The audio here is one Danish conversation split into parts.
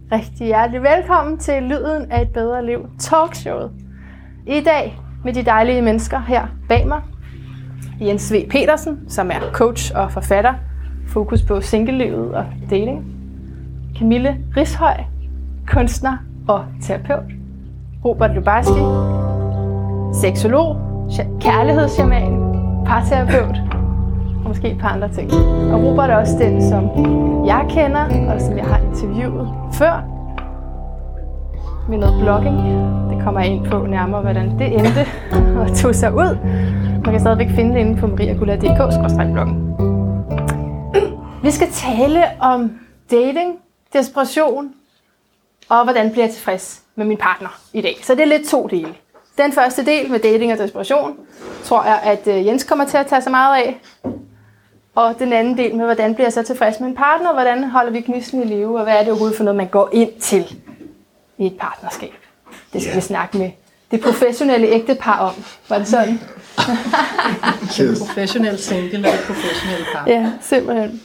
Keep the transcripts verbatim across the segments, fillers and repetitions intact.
Rigtig hjertelig velkommen til Lyden af et bedre liv talkshowet. I dag med de dejlige mennesker her bag mig. Jens V. Petersen, som er coach og forfatter. Fokus på singlelivet og dating. Camille Rishøj, kunstner og terapeut. Robert Lubarski, seksolog, kærlighedsshaman, parterapeut og måske et par andre ting. Og Robert er også den, som jeg kender, og som jeg har interviewet før med noget blogging. Det kommer jeg ind på nærmere, hvordan det endte og tog sig ud. Man kan stadigvæk finde det inde på mariagula punktum d k skråstreg bloggen. Vi skal tale om dating, desperation og hvordan bliver jeg tilfreds med min partner i dag. Så det er lidt to dele. Den første del med dating og desperation tror jeg, at Jens kommer til at tage sig meget af. Og den anden del med, hvordan bliver jeg så tilfreds med en partner, hvordan holder vi gnisten i live, og hvad er det overhovedet for noget, man går ind til i et partnerskab. Det skal yeah. vi snakke med det professionelle ægtepar om. Var det sådan? Det professionelle single og det professionelle par. Ja, simpelthen.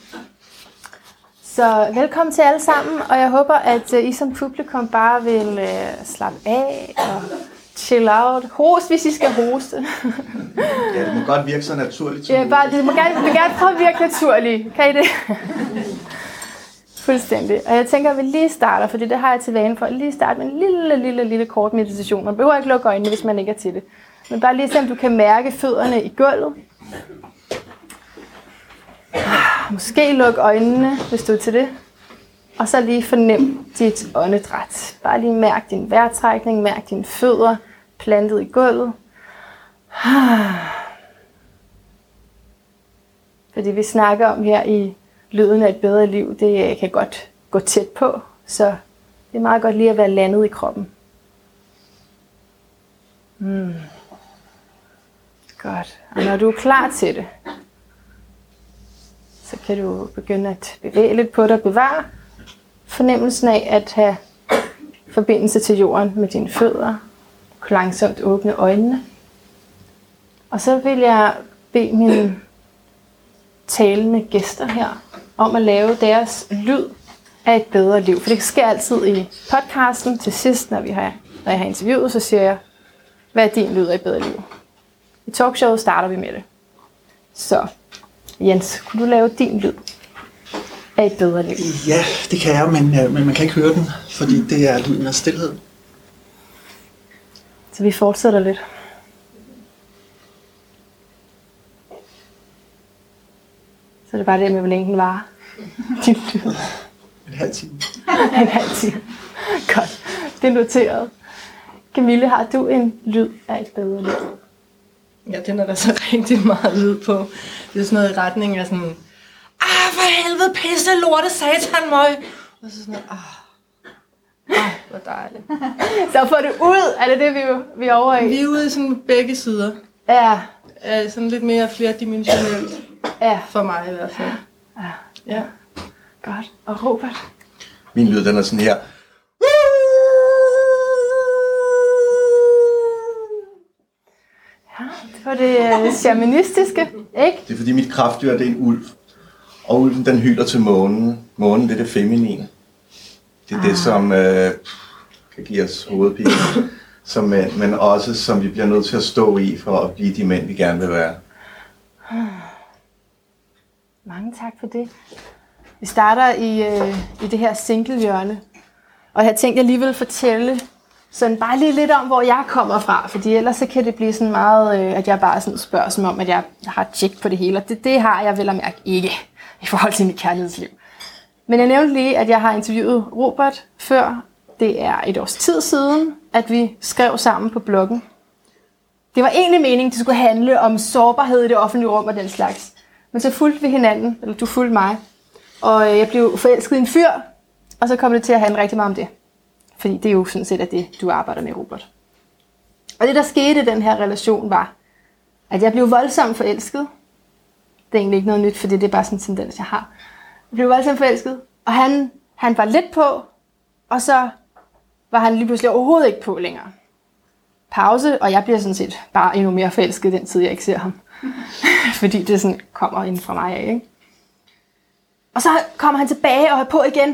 Så velkommen til alle sammen, og jeg håber, at I som publikum bare vil uh, slappe af og chill out. Host, hvis I skal hoste. Ja, det må godt virke så naturligt. Ja, bare, det må gerne, vil gerne prøve at virke naturligt. Kan I det? Fuldstændig. Og jeg tænker, at vi lige starter, fordi det har jeg til vane for, at lige starte med en lille, lille, lille kort meditation. Man behøver ikke lukke øjnene, hvis man ikke er til det. Men bare lige se, om du kan mærke fødderne i gulvet. Måske luk øjnene, hvis du er til det. Og så lige fornem dit åndedræt. Bare lige mærk din vejrtrækning, mærk dine fødder plantet i gulvet. Fordi vi snakker om her i Lyden af et bedre liv, det kan godt gå tæt på. Så det er meget godt lige at være landet i kroppen. Mm. Godt. Og når du er klar til det, så kan du begynde at bevæge lidt på dig. Bevare fornemmelsen af at have forbindelse til jorden med dine fødder. Langsomt åbne øjnene. Og så vil jeg bede mine talende gæster her om at lave deres lyd af et bedre liv. For det sker altid i podcasten til sidst, når, vi har, når jeg har interviewet, så siger jeg, hvad er din lyd af et bedre liv? I talkshowet starter vi med det. Så Jens, kunne du lave din lyd af et bedre liv? Ja, det kan jeg, men, men man kan ikke høre den, fordi det er lyden af stilhed. Så vi fortsætter lidt. Så det er bare det med, hvor længe den varer. Din lyd. En halv time. En halv time. Godt. Det er noteret. Camille, har du en lyd af et bedre liv? Ja, den er der så rigtig meget lyd på. Det er sådan noget i retning af sådan, ah, for helvede, pisse, lorte, satan, møg. Og så sådan noget, ah, ah, hvor dejligt. Så få det ud, er det det, vi, vi er over i? Vi er ude i sådan begge sider. Ja. Uh, sådan lidt mere flerdimensionelt. Ja. For mig i hvert fald. Ja. Ja. Godt. Og Robert? Min lyd, den er sådan her. Ja, det var det shamanistiske, ikke? Det er fordi mit kraftdyr, det er en ulv. Og ulven, den hyler til månen. Månen, det er det feminine. Det er ah. det, som øh, kan give os hovedpine som mænd, men også som vi bliver nødt til at stå i for at blive de mænd, vi gerne vil være. Mange tak for det. Vi starter i, øh, i det her single-hjørne. Og jeg tænkte, jeg lige vil fortælle sådan bare lige lidt om, hvor jeg kommer fra. Fordi ellers så kan det blive sådan meget, øh, at jeg bare sådan spørger som om, at jeg, jeg har tjek på det hele. Og det, det har jeg vel at mærke ikke i forhold til mit kærlighedsliv. Men jeg nævnte lige, at jeg har interviewet Robert før. Det er et års tid siden, at vi skrev sammen på bloggen. Det var egentlig meningen, at det skulle handle om sårbarhed i det offentlige rum og den slags. Men så fulgte vi hinanden, eller du fulgte mig. Og jeg blev forelsket i en fyr, og så kom det til at handle rigtig meget om det. Fordi det er jo sådan set at det, du arbejder med, Robert. Og det, der skete i den her relation, var, at jeg blev voldsomt forelsket. Det er egentlig ikke noget nyt, fordi det er bare sådan en tendens, jeg har. Jeg blev voldsomt forelsket, og han, han var lidt på, og så var han lige pludselig overhovedet ikke på længere. Pause, og jeg bliver sådan set bare endnu mere forelsket den tid, jeg ikke ser ham. Fordi det sådan kommer inden fra mig af, ikke? Og så kommer han tilbage og er på igen.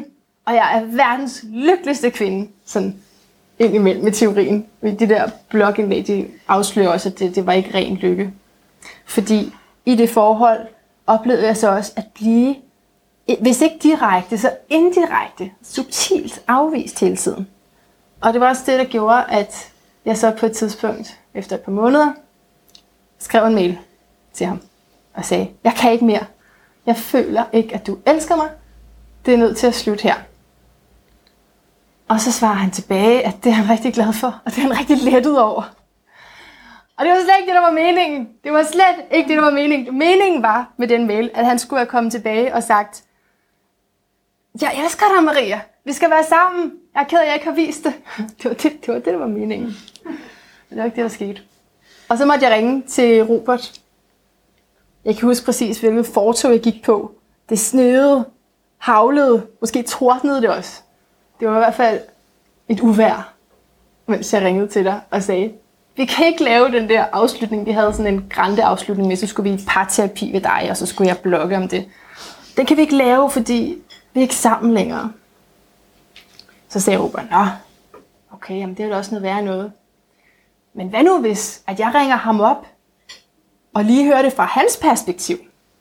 Og jeg er verdens lykkeligste kvinde, sådan indimellem med teorien. De der blogindlæg, de afslører også, at det, det var ikke ren lykke. Fordi i det forhold oplevede jeg så også at blive, hvis ikke direkte, så indirekte, subtilt afvist hele tiden. Og det var også det, der gjorde, at jeg så på et tidspunkt, efter et par måneder, skrev en mail til ham og sagde, jeg kan ikke mere. Jeg føler ikke, at du elsker mig. Det er nødt til at slutte her. Og så svarer han tilbage, at det er han rigtig glad for, og det er han rigtig lettet over. Og det var slet ikke det, der var meningen. Det var slet ikke det, der var meningen. Meningen var med den mail, at han skulle have kommet tilbage og sagt, jeg elsker dig, Maria. Vi skal være sammen. Jeg er ked af, at jeg ikke har vist det. Det var det, det, var det der var meningen. Det var ikke det, der skete. Og så måtte jeg ringe til Robert. Jeg kan huske præcis, hvilket fortog jeg gik på. Det snede, havlede, måske tordnede det også. Det var i hvert fald et uvejr, mens jeg ringede til dig og sagde, vi kan ikke lave den der afslutning. Vi havde sådan en grande afslutning med, så skulle vi i parterapi ved dig, og så skulle jeg blogge om det. Den kan vi ikke lave, fordi vi er ikke sammen længere. Så sagde Robert, nå, okay, jamen det er jo også noget værre noget. Men hvad nu hvis, at jeg ringer ham op, og lige hører det fra hans perspektiv?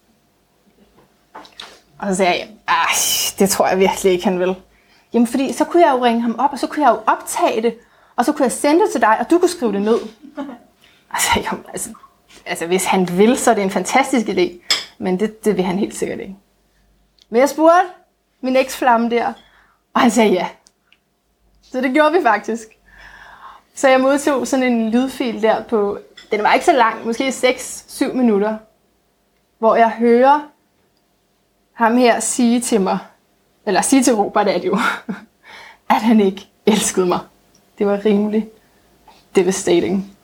Og så sagde jeg, det tror jeg virkelig ikke, han vil. Jamen fordi, så kunne jeg jo ringe ham op, og så kunne jeg jo optage det, og så kunne jeg sende det til dig, og du kunne skrive det ned. Altså, jamen, altså, altså hvis han vil, så er det en fantastisk idé, men det, det vil han helt sikkert ikke. Men jeg spurgte min eksflamme der, og han sagde ja. Så det gjorde vi faktisk. Så jeg modtog sådan en lydfil der på, den var ikke så lang, måske seks syv minutter, hvor jeg hører ham her sige til mig, eller sige til Robert, at, jo, at han ikke elskede mig. Det var rimelig devastating.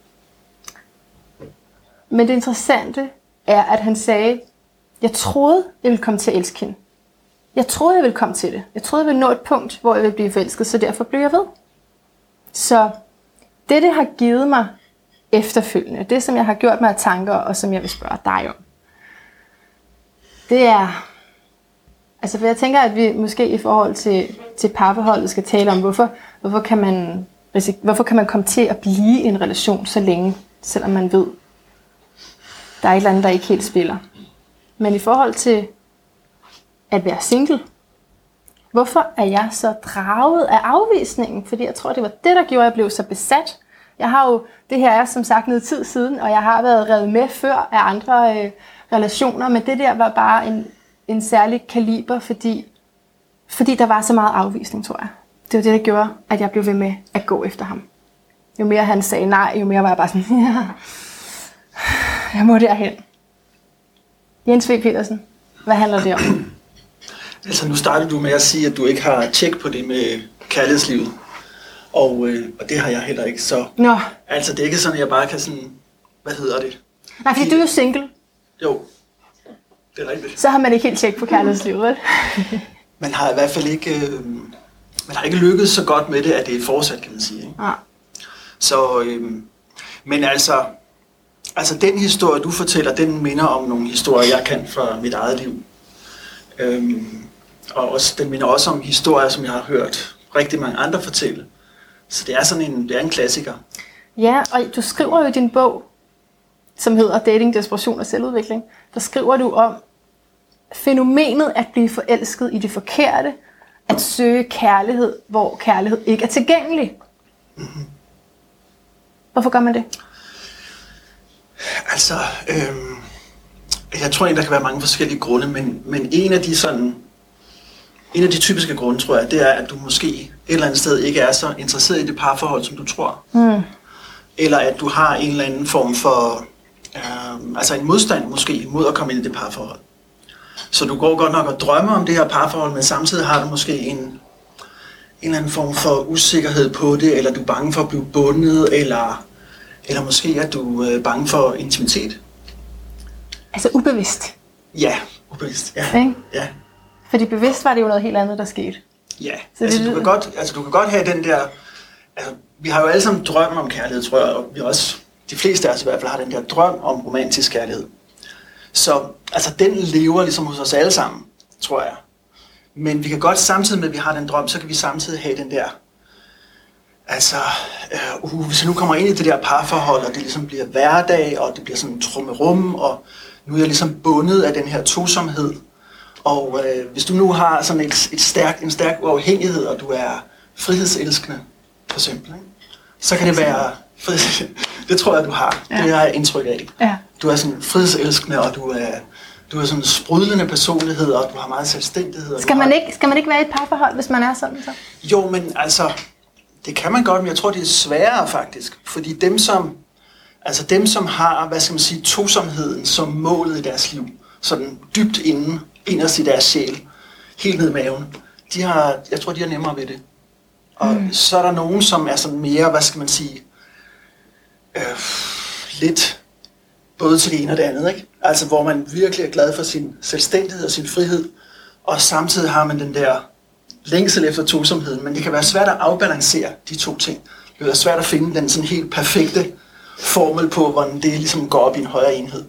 Men det interessante er, at han sagde, jeg troede, jeg ville komme til at elske hende. Jeg troede, jeg ville komme til det. Jeg troede, jeg ville nå et punkt, hvor jeg ville blive forelsket, så derfor blev jeg ved. Så det, det har givet mig efterfølgende, det som jeg har gjort mig af tanker, og som jeg vil spørge dig om, det er, altså for jeg tænker, at vi måske i forhold til, til parforholdet skal tale om, hvorfor, hvorfor, kan man, hvorfor kan man komme til at blive i en relation så længe, selvom man ved, der er et eller andet, der ikke helt spiller. Men i forhold til at være single, hvorfor er jeg så draget af afvisningen? Fordi jeg tror, det var det, der gjorde, at jeg blev så besat. Jeg har jo, det her er som sagt noget tid siden, og jeg har været revet med før af andre øh, relationer, men det der var bare en, en særlig kaliber, fordi, fordi der var så meget afvisning, tror jeg. Det var det, der gjorde, at jeg blev ved med at gå efter ham. Jo mere han sagde nej, jo mere var jeg bare sådan, ja, jeg må derhen. Jens V. Petersen, hvad handler det om? Altså nu startede du med at sige, at du ikke har tjek på det med kærlighedslivet. Og, øh, og det har jeg heller ikke, så... Nå. Altså det er ikke sådan, at jeg bare kan sådan... Hvad hedder det? Nej, fordi du er jo single. Jo, det er rigtigt. Så har man ikke helt tjek på kærlighedslivet, vel? Man har i hvert fald ikke... Øh, man har ikke lykkedes så godt med det, at det er fortsat, kan man sige. Ikke? Ja. Så... Øh, men altså... Altså den historie, du fortæller, den minder om nogle historier, jeg kan fra mit eget liv. Øhm, og også, den minder også om historier, som jeg har hørt rigtig mange andre fortælle. Så det er sådan en, det er en klassiker. Ja, og du skriver jo i din bog, som hedder Dating, Desperation og Selvudvikling, der skriver du om fænomenet at blive forelsket i det forkerte, at søge kærlighed, hvor kærlighed ikke er tilgængelig. Mm-hmm. Hvorfor gør man det? Altså, øhm, jeg tror egentlig, der kan være mange forskellige grunde, men, men en af de sådan, en af de typiske grunde, tror jeg, det er, at du måske et eller andet sted ikke er så interesseret i det parforhold, som du tror. Mm. Eller at du har en eller anden form for, øhm, altså en modstand måske, mod at komme ind i det parforhold. Så du går godt nok og drømmer om det her parforhold, men samtidig har du måske en, en eller anden form for usikkerhed på det, eller du er bange for at blive bundet, eller... Eller måske er du øh, bange for intimitet. Altså ubevidst. Ja, ubevidst. Ja. Okay. Ja. Fordi bevidst var det jo noget helt andet, der skete. Ja, så altså, det... du kan godt, altså du kan godt have den der... Altså, vi har jo alle sammen drøm om kærlighed, tror jeg, og vi også, de fleste af os i hvert fald har den der drøm om romantisk kærlighed. Så altså, den lever ligesom hos os alle sammen, tror jeg. Men vi kan godt samtidig med, at vi har den drøm, så kan vi samtidig have den der, altså, uh, uh, hvis jeg nu kommer ind i det der parforhold, og det ligesom bliver hverdag, og det bliver sådan en trummerum, og nu er jeg ligesom bundet af den her tosomhed. Og øh, hvis du nu har sådan et, et stærk, en stærk uafhængighed, og du er frihedselskende, for eksempel, ikke? Så kan det være, det tror jeg, du har, ja. Det har jeg indtryk af. Ja. Du er sådan frihedselskende, og du er, du er sådan en sprudlende personlighed, og du har meget selvstændighed. Skal man, har... ikke, skal man ikke være i et parforhold, hvis man er sådan så? Jo, men altså, det kan man godt, men jeg tror, det er sværere faktisk. Fordi dem, som, altså dem, som har, hvad skal man sige, tosomheden som målet i deres liv, sådan dybt inden, inderst i deres sjæl, helt ned i maven, de har, jeg tror, de har nemmere ved det. Og mm. så er der nogen, som er sådan mere, hvad skal man sige, øh, lidt både til det ene og det andet, ikke? Altså, hvor man virkelig er glad for sin selvstændighed og sin frihed, og samtidig har man den der længsel efter tosomheden, men det kan være svært at afbalancere de to ting. Det kan være svært at finde den sådan helt perfekte formel på, hvordan det ligesom går op i en højere enhed.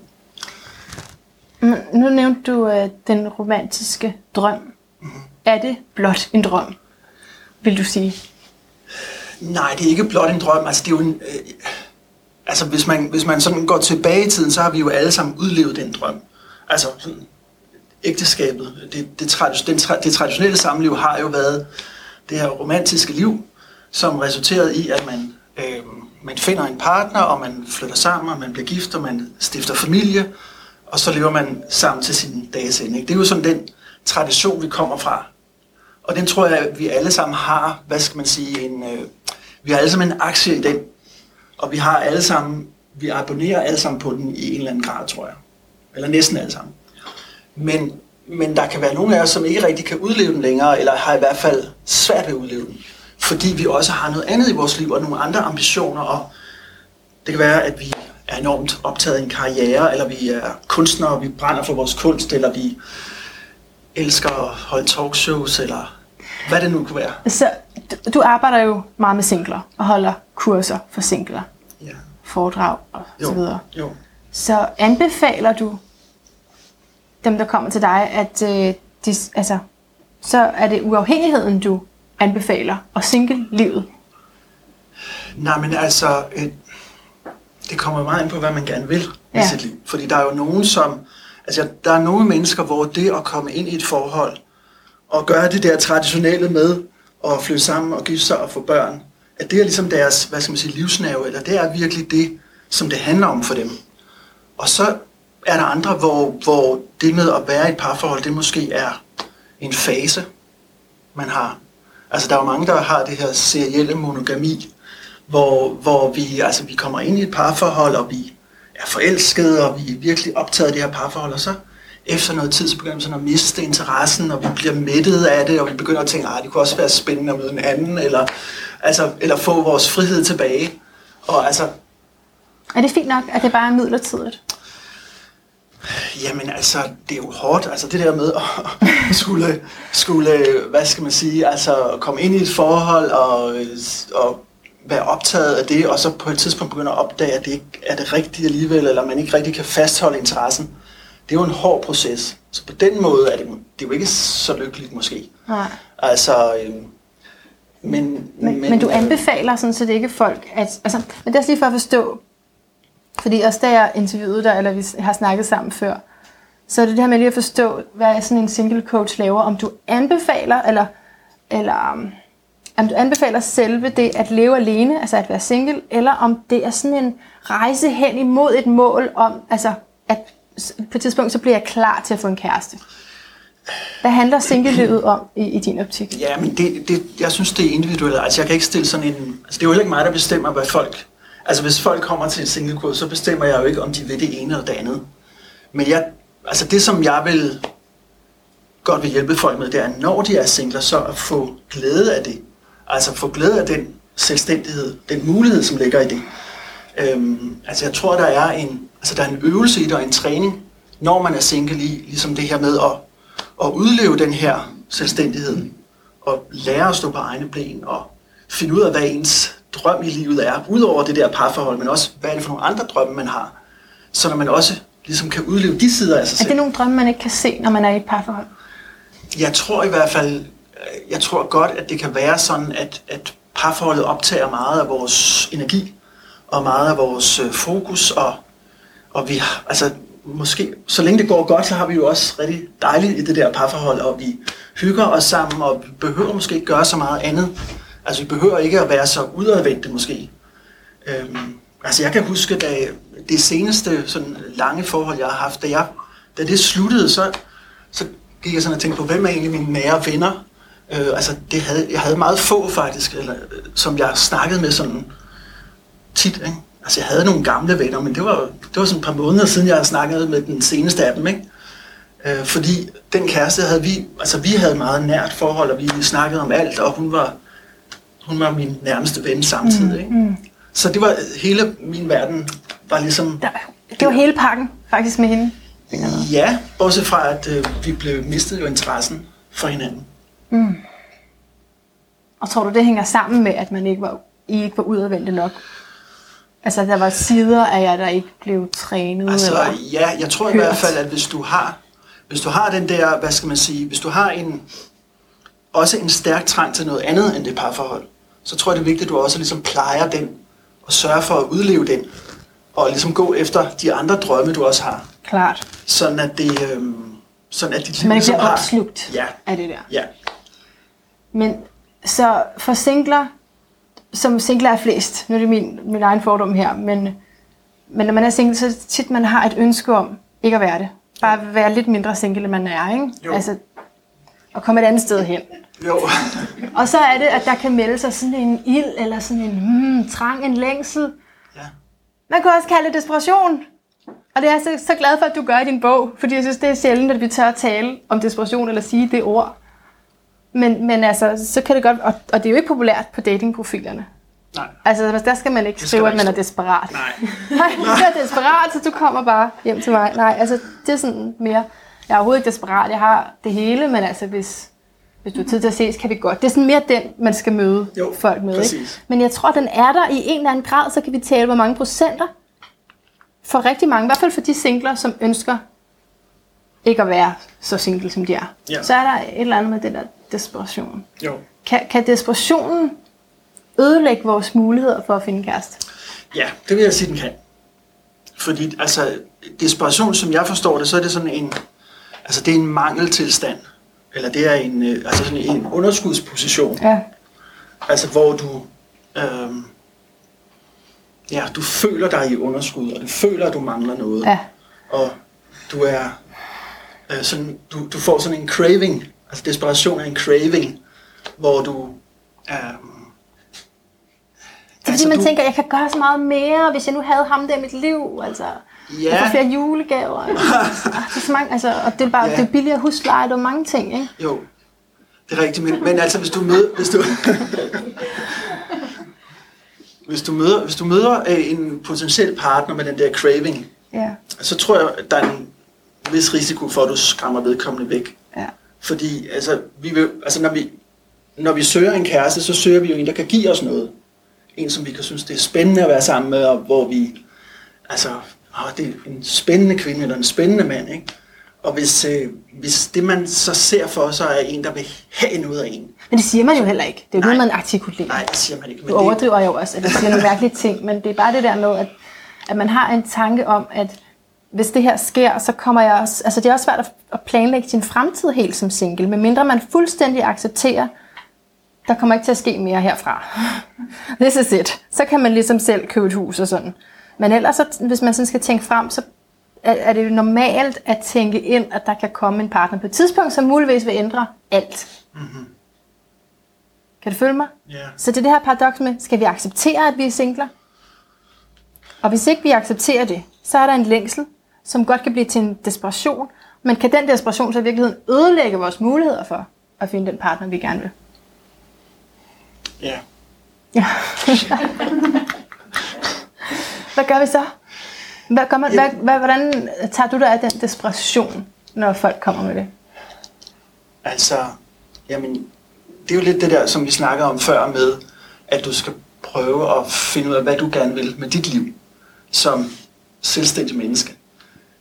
Nu nævnte du øh, den romantiske drøm. Mm-hmm. Er det blot en drøm, vil du sige? Nej, det er ikke blot en drøm. Altså, det er jo en, øh, altså hvis, man, hvis man sådan går tilbage i tiden, så har vi jo alle sammen udlevet den drøm. Altså sådan, ægteskabet, det, det, tradi- den, det traditionelle samliv har jo været det her romantiske liv, som resulterede i, at man, øh, man finder en partner, og man flytter sammen, og man bliver gift, og man stifter familie, og så lever man sammen til sin dages ende. Ikke? Det er jo sådan den tradition, vi kommer fra. Og den tror jeg, at vi alle sammen har, hvad skal man sige, en, øh, vi har alle sammen en aktie i den. Og vi har alle sammen, vi abonnerer alle sammen på den i en eller anden grad, tror jeg. Eller næsten alle sammen. Men, men der kan være nogle af os, som ikke rigtig kan udleve den længere, eller har i hvert fald svært ved at udleve den. Fordi vi også har noget andet i vores liv, og nogle andre ambitioner. Og det kan være, at vi er enormt optaget af en karriere, eller vi er kunstnere, og vi brænder for vores kunst, eller vi elsker at holde talkshows, eller hvad det nu kunne være. Så du arbejder jo meget med singler, og holder kurser for singler, ja. Foredrag og jo. så videre. Jo. Så anbefaler du dem, der kommer til dig, at øh, de, altså, så er det uafhængigheden, du anbefaler, og single-livet? Nej, men altså, øh, det kommer meget ind på, hvad man gerne vil ja. i sit liv. Fordi der er jo nogen, som, altså der er nogle mennesker, hvor det at komme ind i et forhold, og gøre det der traditionelle med, at flytte sammen og gifte sig og få børn, at det er ligesom deres, hvad skal man sige, livsnerve, eller det er virkelig det, som det handler om for dem. Og så er der andre, hvor, hvor det med at være i et parforhold, det måske er en fase, man har. Altså der er jo mange, der har det her serielle monogami, hvor, hvor vi, altså, vi kommer ind i et parforhold, og vi er forelskede, og vi er virkelig optaget af det her parforhold, og så efter noget tid, så begynder vi sådan at miste interessen, og vi bliver mættet af det, og vi begynder at tænke, at det kunne også være spændende at møde en anden, eller, altså, eller få vores frihed tilbage. Og altså, er det fint nok, at det bare er midlertidigt? Jamen altså, det er jo hårdt, altså det der med at skulle, skulle hvad skal man sige, altså komme ind i et forhold, og, og være optaget af det, og så på et tidspunkt begynde at opdage, at det ikke er det rigtige alligevel, eller man ikke rigtig kan fastholde interessen. Det er jo en hård proces. Så på den måde er det, det er jo ikke så lykkeligt måske. Nej. Altså, øh, men, men, men, men du anbefaler sådan, så det ikke folk, at, altså, men det er også lige for at forstå, fordi også da jeg interviewede dig, eller vi har snakket sammen før, så er det det her med lige at forstå, hvad sådan en single coach laver, om du anbefaler, eller, eller um, om du anbefaler selve det at leve alene, altså at være single, eller om det er sådan en rejse hen imod et mål om, altså at på et tidspunkt, så bliver jeg klar til at få en kæreste. Hvad handler single-livet om i, i din optik? Ja, men det, det, jeg synes, det er individuelt. Altså, jeg kan ikke stille sådan en... Altså, det er jo heller ikke mig, der bestemmer, hvad folk... Altså, hvis folk kommer til et single-kurs, så bestemmer jeg jo ikke, om de vil det ene eller det andet. Men jeg... Altså, det, som jeg vil godt vil hjælpe folk med, det er, når de er singler, så at få glæde af det. Altså, få glæde af den selvstændighed, den mulighed, som ligger i det. Øhm, altså, jeg tror, der er en... Altså, der er en øvelse i det og en træning, når man er single i, ligesom det her med at, at udleve den her selvstændighed, og lære at stå på egne ben, og finde ud af, hvad ens drøm i livet er, udover det der parforhold, men også, hvad er det for nogle andre drømme, man har, så når man også ligesom kan udleve de sider af sig selv. Er det nogle drømme, man ikke kan se, når man er i et parforhold? jeg tror i hvert fald, jeg tror godt, at det kan være sådan, at, at parforholdet optager meget af vores energi, og meget af vores øh, fokus, og, og vi, altså, måske, så længe det går godt, så har vi jo også rigtig dejligt i det der parforhold, og vi hygger os sammen, og vi behøver måske ikke gøre så meget andet. Altså, vi behøver ikke at være så udadvendte, måske. Øhm, altså, jeg kan huske, da det seneste sådan lange forhold, jeg har haft, da, jeg, da det sluttede, så, så gik jeg sådan og tænkte på, hvem er egentlig mine nære venner? Øh, altså, det havde, jeg havde meget få, faktisk, eller, som jeg snakkede med sådan tit, ikke? Altså, jeg havde nogle gamle venner, men det var, det var sådan et par måneder siden, jeg havde snakket med den seneste af dem, ikke? Øh, fordi den kæreste havde vi, altså vi havde meget nært forhold, og vi snakkede om alt, og hun var, hun var min nærmeste ven samtidig, ikke? Mm, mm. Så det var, hele min verden var ligesom... Der, det var hele pakken, faktisk, med hende? Ja, bortset fra, at øh, vi blev mistet jo interessen for hinanden. Mm. Og tror du, det hænger sammen med, at man ikke var, I ikke var udadvendte nok? Altså, der var sider af jer, der ikke blev trænet? Altså, eller ja, jeg tror hørt. I hvert fald, at hvis du har, hvis du har den der, hvad skal man sige, hvis du har en, også en stærk trang til noget andet end det parforhold, så tror jeg, det er vigtigt, at du også ligesom plejer den, og sørger for at udleve den, og ligesom gå efter de andre drømme, du også har. Klart. Sådan at det, øhm, sådan at dit så man ikke bliver opslugt ja. af det der. Ja. Men så for singler, som singler er flest, nu er det min, min egen fordom her, men, men når man er single, så tit man har et ønske om ikke at være det. Bare være lidt mindre single, end man er, ikke? Jo. Altså, og komme et andet sted hen. Jo. Og så er det, at der kan melde sig sådan en ild, eller sådan en mm, trang, en længsel. Ja. Man kan også kalde det desperation. Og det er jeg så, så glad for, at du gør i din bog, fordi jeg synes, det er sjældent, at vi tør at tale om desperation, eller sige det ord. Men, men altså, så kan det godt, og, og det er jo ikke populært på datingprofilerne. Nej. Altså, der skal man ikke skrive, at man er desperat. Nej. Nej, du er desperat, så du kommer bare hjem til mig. Nej, altså, det er sådan mere, jeg er overhovedet ikke desperat, jeg har det hele, men altså, hvis, hvis du har tid til at ses, kan vi godt. Det er sådan mere den, man skal møde jo, folk med. Præcis. Ikke? Men jeg tror, den er der i en eller anden grad, så kan vi tale, hvor mange procenter. For rigtig mange, i hvert fald for de singler, som ønsker ikke at være så single, som de er. Ja. Så er der et eller andet med den der desperation. Jo. Kan, kan desperationen ødelægge vores muligheder for at finde kæreste? Ja, det vil jeg sige, den kan. Fordi altså, desperation, som jeg forstår det, så er det sådan en, altså det er en mangeltilstand. Eller det er en, altså sådan en underskudsposition. Ja. Altså hvor du, øhm, ja, du føler dig i underskud, og du føler, at du mangler noget. Ja. Og du er, øh, sådan, du, du får sådan en craving, altså desperation er en craving, hvor du, øhm, det er altså, fordi, man du, tænker, jeg kan gøre så meget mere, hvis jeg nu havde ham der i mit liv. Altså, ja. Jeg får flere julegaver. ah, det er så mange, altså, og det er bare ja. det er billigere husleje, det er mange ting, ikke? Jo, det er rigtigt, men, men altså hvis du møder, hvis du, hvis du møder, hvis du møder en potentiel partner med den der craving, Ja. så tror jeg, at der er en vis risiko for, at du skræmmer vedkommende væk. Ja. Fordi altså, vi vil, altså når, vi, når vi søger en kæreste, så søger vi jo en, der kan give os noget. En, som vi kan synes, det er spændende at være sammen med, og hvor vi, altså, åh, det er en spændende kvinde eller en spændende mand, ikke? Og hvis, øh, hvis det, man så ser for sig, er en, der vil have noget af en. Men det siger man jo heller ikke. Det er jo noget, man artikulerer. Nej, det siger man ikke. Men du overdriver jo også, at du siger nogle mærkelige ting, men det er bare det der med, at, at man har en tanke om, at hvis det her sker, så kommer jeg også... Altså, det er også svært at planlægge sin fremtid helt som single, medmindre man fuldstændig accepterer, der kommer ikke til at ske mere herfra. This is it. Så kan man ligesom selv købe et hus og sådan. Men ellers, så, hvis man sådan skal tænke frem, så er det normalt at tænke ind, at der kan komme en partner på et tidspunkt, som muligvis vil ændre alt. Mm-hmm. Kan du følge mig? Yeah. Så det er det her paradoks med, skal vi acceptere, at vi er singler? Og hvis ikke vi accepterer det, så er der en længsel, som godt kan blive til en desperation. Men kan den desperation så i virkeligheden ødelægge vores muligheder for at finde den partner, vi gerne vil? Ja. Ja. Hvad gør vi så? Hvad gør man, hvad, hvad, hvordan tager du dig af den desperation, når folk kommer med det? Altså, jamen, det er jo lidt det der, som vi snakker om før med, at du skal prøve at finde ud af, hvad du gerne vil med dit liv som selvstændig menneske.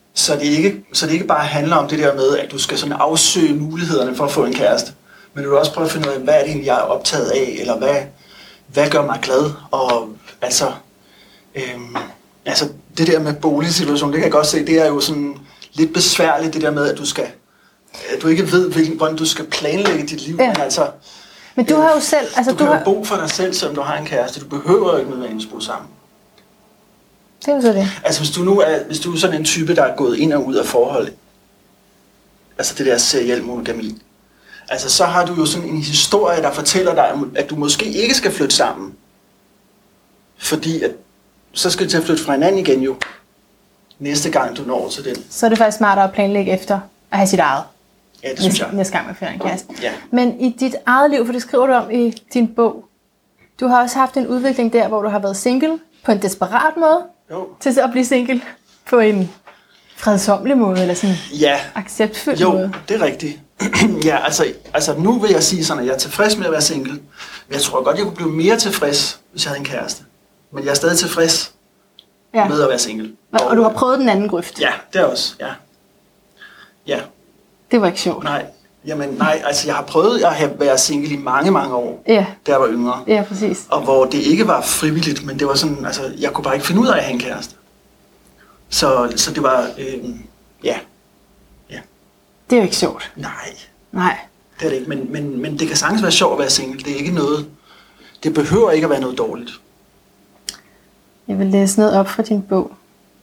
Så det, ikke, så det ikke bare handler om det der med, at du skal sådan afsøge mulighederne for at få en kæreste. Men du vil også prøve at finde ud af, hvad er det egentlig, jeg er optaget af, eller hvad, hvad gør mig glad. Og altså, øhm, altså det der med boligsituationen, det kan jeg godt se, det er jo sådan lidt besværligt, det der med, at du skal, at du ikke ved, hvilken, hvordan du skal planlægge dit liv. Ja. Men altså, Men du har jo selv... Altså, du, du kan har... jo bo for dig selv, selvom du har en kæreste. Du behøver jo ikke nødvendigvis bo sammen. Det er jo så det. Altså hvis du nu er, hvis du er sådan en type, der er gået ind og ud af forhold, altså det der seriel monogami, altså så har du jo sådan en historie, der fortæller dig, at du måske ikke skal flytte sammen. Fordi at, så skal du til at flytte fra hinanden igen jo, næste gang du når til den. Så er det faktisk smartere at planlægge efter at have sit eget. Ja, det synes næste, jeg. næste gang man finder en kæreste. Ja. Men i dit eget liv, for det skriver du om i din bog, du har også haft en udvikling der, hvor du har været single på en desperat måde, Jo. til så at blive single på en fredsommelig måde, eller sådan Ja, acceptfyldt jo, måde. det er rigtigt. Ja, altså, altså nu vil jeg sige sådan, at jeg er tilfreds med at være single. Men jeg tror godt, jeg kunne blive mere tilfreds, hvis jeg havde en kæreste. Men jeg er stadig tilfreds Ja. med at være single. Og, og du har prøvet den anden grøft. Ja, det er også, ja. Ja, Det var ikke sjovt. nej. Jamen nej, altså jeg har prøvet at have været single i mange, mange år, Ja, da jeg var yngre. ja, præcis. Og hvor det ikke var frivilligt, men det var sådan, altså jeg kunne bare ikke finde ud af at have en kæreste. Så, så det var, øh, ja, Det er jo ikke sjovt. nej, Nej. det er det ikke. Men, men, men det kan sagtens være sjovt at være single. Det er ikke noget, det behøver ikke at være noget dårligt. Jeg vil læse noget op fra din bog,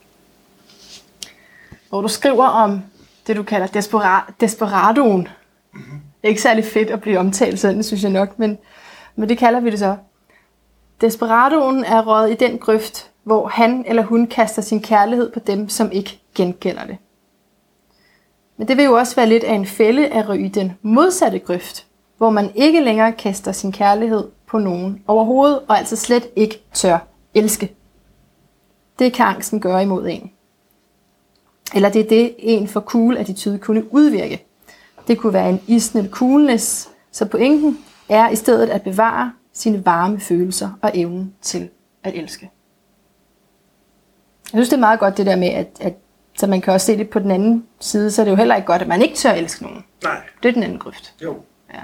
hvor du skriver om det, du kalder despera- desperadoen. Mm-hmm. Det er ikke særlig fedt at blive omtalt sådan, synes jeg nok, men, men det kalder vi det så. Desperadoen er røget i den grøft, hvor han eller hun kaster sin kærlighed på dem, som ikke gengælder det. Men det vil jo også være lidt af en fælde at ryge i den modsatte grøft, hvor man ikke længere kaster sin kærlighed på nogen overhovedet, og altså slet ikke tør elske. Det kan angsten gøre imod en. Eller det er det, en for cool attitude kunne udvirke. Det kunne være en isnende coolness, så pointen er i stedet at bevare sine varme følelser og evnen til at elske. Jeg synes, det er meget godt det der med, at, at så man kan også se det på den anden side, så er det jo heller ikke godt, at man ikke tør elske nogen. Nej. Det er den anden grøft. Jo. Ja.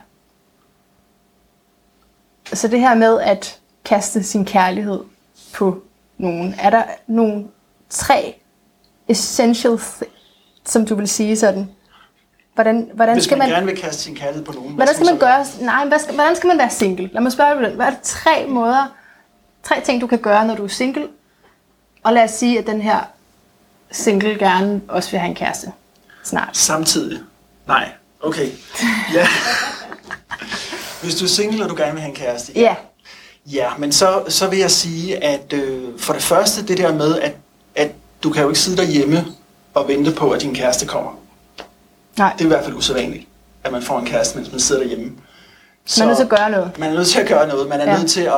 Så det her med at kaste sin kærlighed på nogen, er der nogle tre essentials, som du vil sige sådan? Hvordan, hvordan Hvis skal man, man, gerne vil kaste sin kærlighed på nogen. hvordan skal man så gøre? gøre? Nej, hvad skal, hvordan skal man være single? Lad mig spørge dig, hvad er det tre måder, tre ting du kan gøre, når du er single? Og lad os sige, at den her single gerne også vil have en kæreste snart. Samtidig? Nej. Okay. Ja. Hvis du er single, og du gerne vil have en kæreste. Ja. Ja, men så, så vil jeg sige, at øh, for det første det der med, at, at du kan jo ikke sidde derhjemme og vente på, at din kæreste kommer. Nej, Det er i hvert fald usædvanligt, at man får en kæreste, mens man sidder derhjemme. Så man er nødt til at gøre noget. Man er nødt til at gøre noget. Man er Ja. nødt til at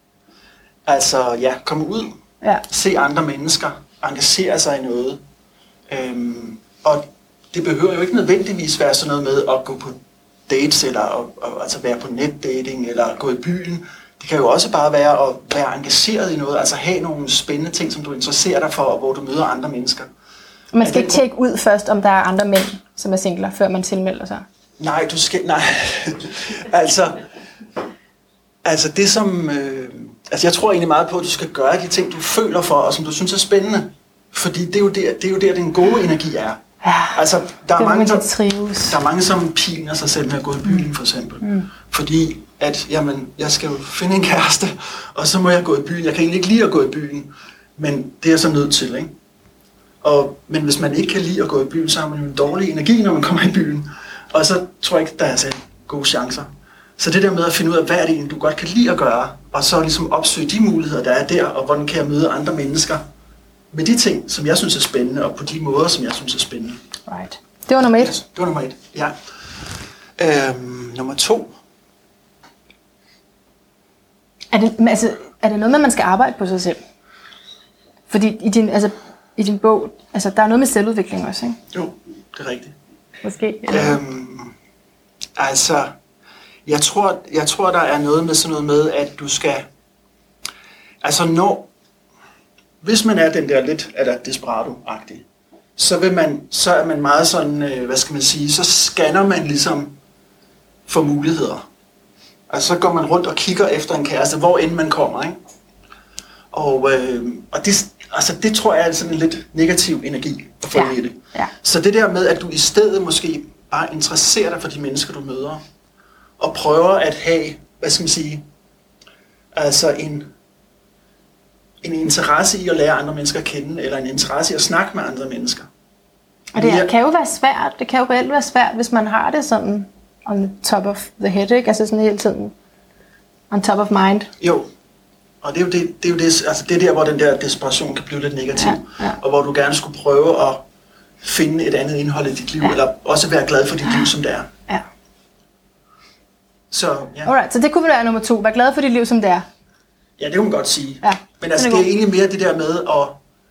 altså, ja, komme ud, Ja. se andre mennesker, engagere sig i noget. Øhm, og det behøver jo ikke nødvendigvis være sådan noget med at gå på dates, eller at, at, altså være på netdating, eller gå i byen. Det kan jo også bare være at være engageret i noget, altså have nogle spændende ting, som du interesserer dig for, og hvor du møder andre mennesker. Og man skal Er ikke det- tjekke ud først, om der er andre mænd, som er singler, før man tilmelder sig. Nej, du skal... Nej, altså... Altså det som... Øh, altså jeg tror egentlig meget på, at du skal gøre de ting, du føler for, og som du synes er spændende. Fordi det er jo der, det er jo der den gode energi er. Ja, Altså, der er, det mange, man kan der, trives. der er mange, som piner sig selv med at gå i byen, for eksempel. Mm. Fordi at, jamen, jeg skal jo finde en kæreste, og så må jeg gå i byen. Jeg kan egentlig ikke lide at gå i byen, men det er jeg så nødt til, ikke? Og, men hvis man ikke kan lide at gå i byen, så har man jo en dårlig energi, når man kommer i byen. Og så tror jeg ikke, der er så gode chancer. Så det der med at finde ud af, hvad er det egentlig, du godt kan lide at gøre, og så ligesom opsøge de muligheder, der er der, og hvordan kan jeg møde andre mennesker med de ting, som jeg synes er spændende, og på de måder, som jeg synes er spændende. Right. Det var nummer et. Yes, det var nummer et, ja. Øhm, nummer to. Er det, men altså, er det noget med, man skal arbejde på sig selv? Fordi i din, altså, i din bog, altså, der er noget med selvudvikling også, ikke? Jo, det er rigtigt. Måske. Øhm, altså, jeg tror, jeg tror, der er noget med sådan noget med, at du skal... Altså, når... Hvis man er den der lidt, eller desperado-agtig, så, vil man, så er man meget sådan, øh, hvad skal man sige, så scanner man ligesom for muligheder. Altså så går man rundt og kigger efter en kæreste, hvor end man kommer, ikke? Og, øh, og det, altså, det tror jeg er sådan en lidt negativ energi at få Ja. i det. Ja. Så det der med, at du i stedet måske bare interesserer dig for de mennesker, du møder, og prøver at have, hvad skal man sige, altså en, en interesse i at lære andre mennesker at kende, eller en interesse i at snakke med andre mennesker. Og det Mere- kan jo være svært. Det kan jo reelt være svært, hvis man har det sådan on the top of the head, ikke? Altså sådan hele tiden on top of mind. Jo, og det er jo, det, det, er jo det, altså det er der, hvor den der desperation kan blive lidt negativ, Ja, ja. og hvor du gerne skulle prøve at finde et andet indhold i dit liv, Ja. eller også være glad for dit liv, som det er. Ja. Så ja, Alright, så det kunne være nummer to. Vær glad for dit liv, som det er. ja det kan man godt sige. Ja, Men altså, den er det er god. egentlig mere det der med at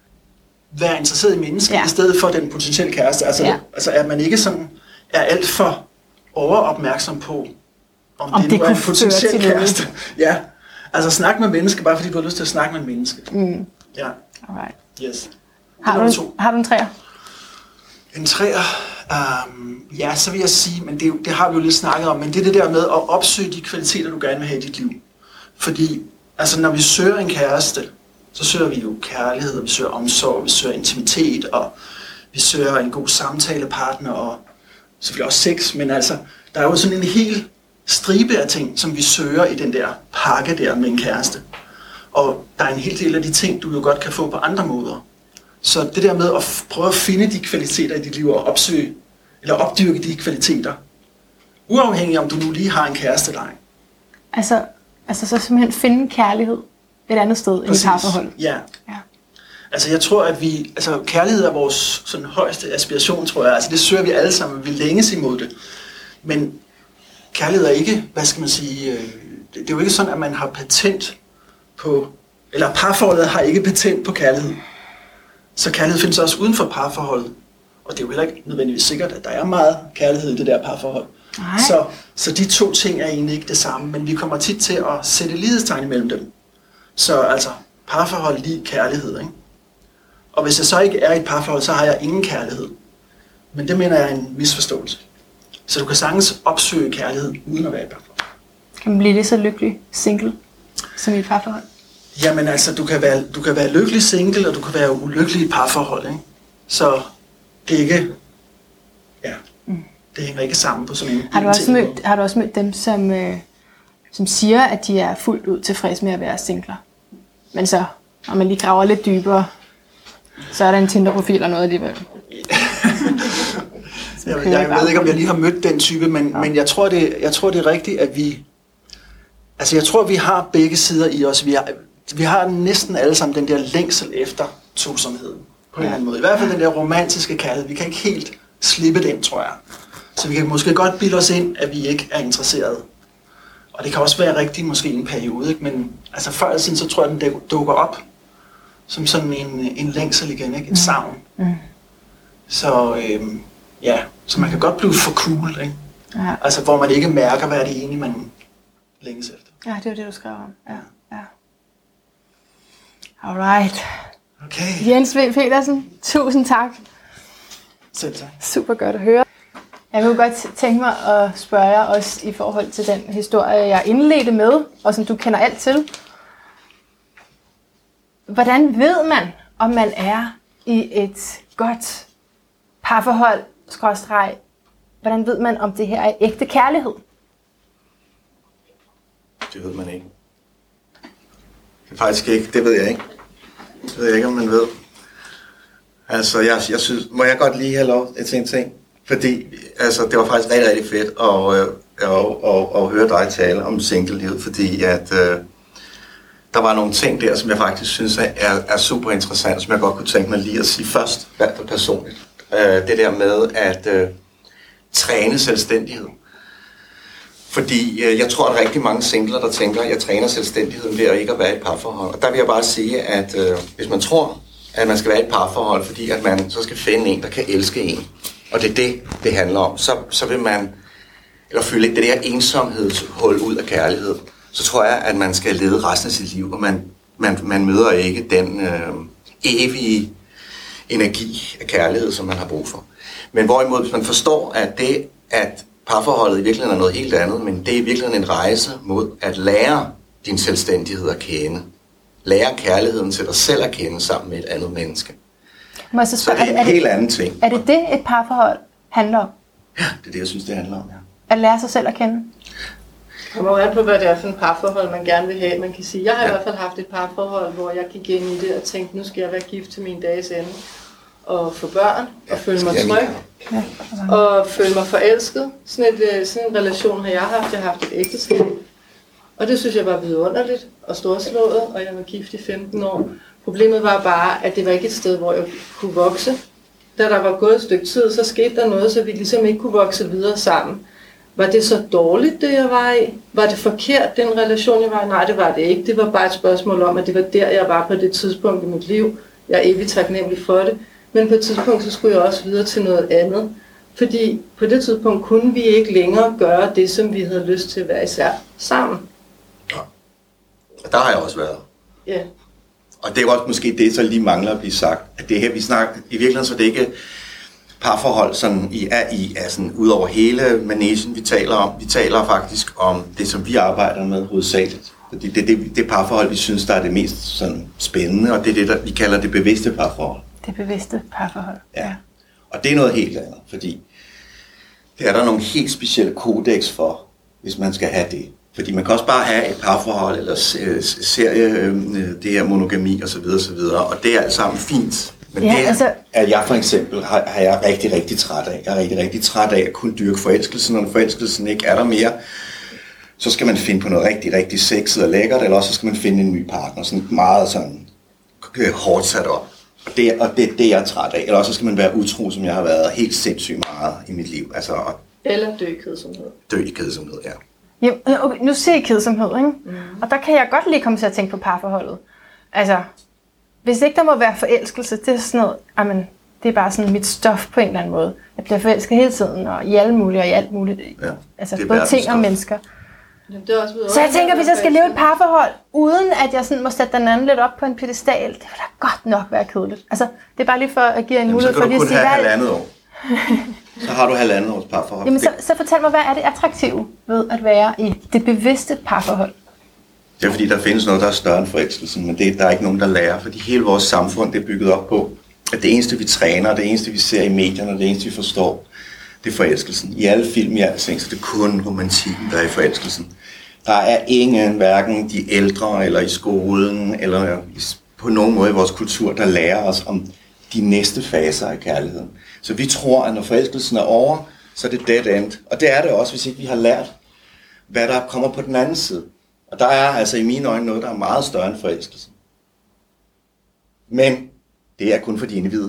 være interesseret i mennesker, Ja. i stedet for den potentielle kæreste. Altså, Ja. altså at man ikke sådan er alt for overopmærksom på, om, Om det, det nu er kunne en føre potentiel til noget. kæreste. Ja, altså snak med mennesker, bare fordi du har lyst til at snakke med en menneske. Mm. Ja, Alright. yes. Det er Har nummer du, to. har du en træer? En træer, um, ja, så vil jeg sige, men det, er jo- det har vi jo lidt snakket om, men det er det der med at opsøge de kvaliteter, du gerne vil have i dit liv. Fordi, altså når vi søger en kæreste, så søger vi jo kærlighed, og vi søger omsorg, vi søger intimitet, og vi søger en god samtalepartner, og selvfølgelig også sex, men altså, der er jo sådan en hel stribe af ting, som vi søger i den der pakke der med en kæreste. Og der er en hel del af de ting, du jo godt kan få på andre måder. Så det der med at f- prøve at finde de kvaliteter i dit liv og opsøge, eller opdyrke de kvaliteter, uafhængig om du nu lige har en kæreste eller ej. Altså, altså så simpelthen finde kærlighed et andet sted end i parforhold. Ja. Ja. Altså jeg tror, at vi, altså kærlighed er vores sådan højeste aspiration, tror jeg. Altså det søger vi alle sammen, vi længes imod det. Men kærlighed er ikke, hvad skal man sige, øh, det, det er jo ikke sådan, at man har patent på, eller parforholdet har ikke patent på kærlighed. Så kærlighed findes også uden for parforholdet. Og det er jo heller ikke nødvendigvis sikkert, at der er meget kærlighed i det der parforhold. Nej. Så, så de to ting er egentlig ikke det samme, men vi kommer tit til at sætte lighedstegn imellem dem. Så altså, parforhold lige kærlighed, ikke? Og hvis jeg så ikke er i et parforhold, så har jeg ingen kærlighed. Men det mener jeg er en misforståelse. Så du kan sagtens opsøge kærlighed uden at være i et parforhold. Kan man blive lige så lykkelig single som i et parforhold? Jamen altså, du kan være, du kan være lykkelig single, og du kan være ulykkelig i parforhold, ikke? Så det er ikke, ja, det hænger ikke sammen på sådan en... Har du en også ting. mødt, har du også mødt dem, som, øh, som siger, at de er fuldt ud tilfredse med at være singler? Men så, når man lige graver lidt dybere, så er der en Tinder-profil eller noget alligevel. Jeg, jeg ved ikke, om jeg lige har mødt den type, men, ja. men jeg, tror, det, jeg tror, det er rigtigt, at vi... Altså, jeg tror, vi har begge sider i os. Vi har, vi har næsten alle sammen den der længsel efter tosomheden, på en eller anden måde. I hvert fald den der romantiske kærlighed. Vi kan ikke helt slippe den, tror jeg. Så vi kan måske godt bilde os ind, at vi ikke er interesserede. Og det kan også være rigtigt, måske i en periode, ikke? Men altså, før eller siden, så tror jeg, den dukker op som sådan en, en længsel igen, ikke? En savn. Mm. Så øhm, ja, så man kan godt blive for cool, ikke? Ja. Altså, hvor man ikke mærker, hvad er det egentlig, man længes efter. Ja, det var det, du skrev om. Ja, ja. Alright. Okay, Jens V. Petersen, tusind tak. selv tak. Super godt at høre. Jeg kunne godt tænke mig at spørge jer også i forhold til den historie, jeg indledte med, og som du kender alt til. Hvordan ved man, om man er i et godt parforhold, skråstreg? Hvordan ved man, om det her er ægte kærlighed? Det ved man ikke. Det er faktisk ikke, det ved jeg ikke. Det ved jeg ikke, om man ved. Altså, jeg, jeg synes, må jeg godt lige have lov til en ting? Fordi, altså, det var faktisk rigtig, rigtig fedt at, øh, at, at, at høre dig tale om single-livet, fordi at øh, der var nogle ting der, som jeg faktisk synes er, er super interessant, som jeg godt kunne tænke mig lige at sige først, hvert fald personligt. Øh, det der med at øh, træne selvstændighed. Fordi øh, jeg tror, at rigtig mange singler, der tænker, at jeg træner selvstændigheden ved at ikke at være i et parforhold. Og der vil jeg bare sige, at øh, hvis man tror, at man skal være i et parforhold, fordi at man så skal finde en, der kan elske en, og det er det, det handler om, så, så vil man, eller fylde det der ensomhedshul ud af kærlighed, så tror jeg, at man skal lede resten af sit liv, og man, man, man møder ikke den øh, evige energi af kærlighed, som man har brug for. Men hvorimod, hvis man forstår, at det, at parforholdet i virkeligheden er noget helt andet, men det er i virkeligheden en rejse mod at lære din selvstændighed at kende. Lære kærligheden til dig selv at kende sammen med et andet menneske. Må jeg så, Så spørge, det er en er det, helt anden ting. Er det det, et parforhold handler om? Ja, det er det, jeg synes, det handler om, ja. At lære sig selv at kende? Det kommer jo an på, hvad det er for en parforhold, man gerne vil have. Man kan sige, jeg har ja. i hvert fald haft et parforhold, hvor jeg gik ind i det og tænkte, nu skal jeg være gift til min dages ende. Og få børn, Ja, og føle mig skal tryg, Ja. og føle mig forelsket. Sådan, et, sådan en relation har jeg haft. Jeg har haft et ægteskab. Og det synes jeg var vidunderligt og storslået, og jeg var gift i femten år. Problemet var bare, at det var ikke et sted, hvor jeg kunne vokse. Da der var gået et stykke tid, så skete der noget, så vi ligesom ikke kunne vokse videre sammen. Var det så dårligt, det jeg var i? Var det forkert, den relation, jeg var i? Nej, det var det ikke. Det var bare et spørgsmål om, at det var der, jeg var på det tidspunkt i mit liv. Jeg er evigt taknemmelig for det. Men på et tidspunkt, så skulle jeg også videre til noget andet. Fordi på det tidspunkt kunne vi ikke længere gøre det, som vi havde lyst til at være især sammen. Ja. Der har jeg også været. Ja. Og det er også måske det, så lige mangler at blive sagt. At det her, vi snakker, i virkeligheden, så det ikke parforhold sådan i, er i, er sådan ud over hele managen, vi taler om. Vi taler faktisk om det, som vi arbejder med hovedsageligt. Fordi det er det, det parforhold, vi synes, der er det mest sådan spændende, og det er det, der, vi kalder det bevidste parforhold. Det bevidste parforhold. Ja. Og det er noget helt andet, fordi det er der nogle helt specielle kodex for, hvis man skal have det. Fordi man kan også bare have et parforhold, eller serie, det her monogami osv. osv. Og det er alt sammen fint. Men Ja, det altså- er jeg for eksempel, har, har jeg rigtig, rigtig træt af. Jeg er rigtig, rigtig træt af at kunne dyrke forelskelsen, og når forelskelsen ikke er der mere, så skal man finde på noget rigtig, rigtig sexet og lækkert, eller også så skal man finde en ny partner, sådan meget sådan øh, hårdt sat op. Og det, og det er det, jeg er træt af. Eller også så skal man være utro, som jeg har været helt sindssygt meget i mit liv. Altså at Eller dø i kedsomhed. dø i kedsomhed, ja. Ja, okay, nu ser I kedsomhed, ikke? Mm. Og der kan jeg godt lige komme til at tænke på parforholdet. Altså, hvis ikke der må være forelskelse, det er sådan noget, amen, det er bare sådan mit stof på en eller anden måde. Jeg bliver forelsket hele tiden, og i alle mulige, og i alt muligt. Ja, Altså, det er både verdens ting og stof. mennesker. Jamen, det er også Så jeg tænker, hvis jeg skal leve et parforhold, uden at jeg sådan må sætte den anden lidt op på en pedestal, det vil da godt nok være kedeligt. Altså, det er bare lige for at give en Jamen, så mulighed kan for du lige at kun sige, have hvad... halvandet år. Så har du halvandet års parforhold. Jamen, så, så fortæl mig, hvad er det attraktive ved at være i det bevidste parforhold? Det er fordi, der findes noget, der er større end forelskelsen, men det der er ikke nogen, der lærer, fordi hele vores samfund det er bygget op på, at det eneste, vi træner, det eneste, vi ser i medierne, det eneste, vi forstår, det er forelskelsen. I alle film, i alle ting, så det er kun romantikken, der er i forelskelsen. Der er ingen, hverken de ældre, eller i skolen, eller på nogen måde i vores kultur, der lærer os om de næste faser af kærligheden. Så vi tror, at når forelskelsen er over, så er det dead end. Og det er det også, hvis ikke vi har lært, hvad der kommer på den anden side. Og der er altså i mine øjne noget, der er meget større end forelskelsen. Men det er kun for de individer.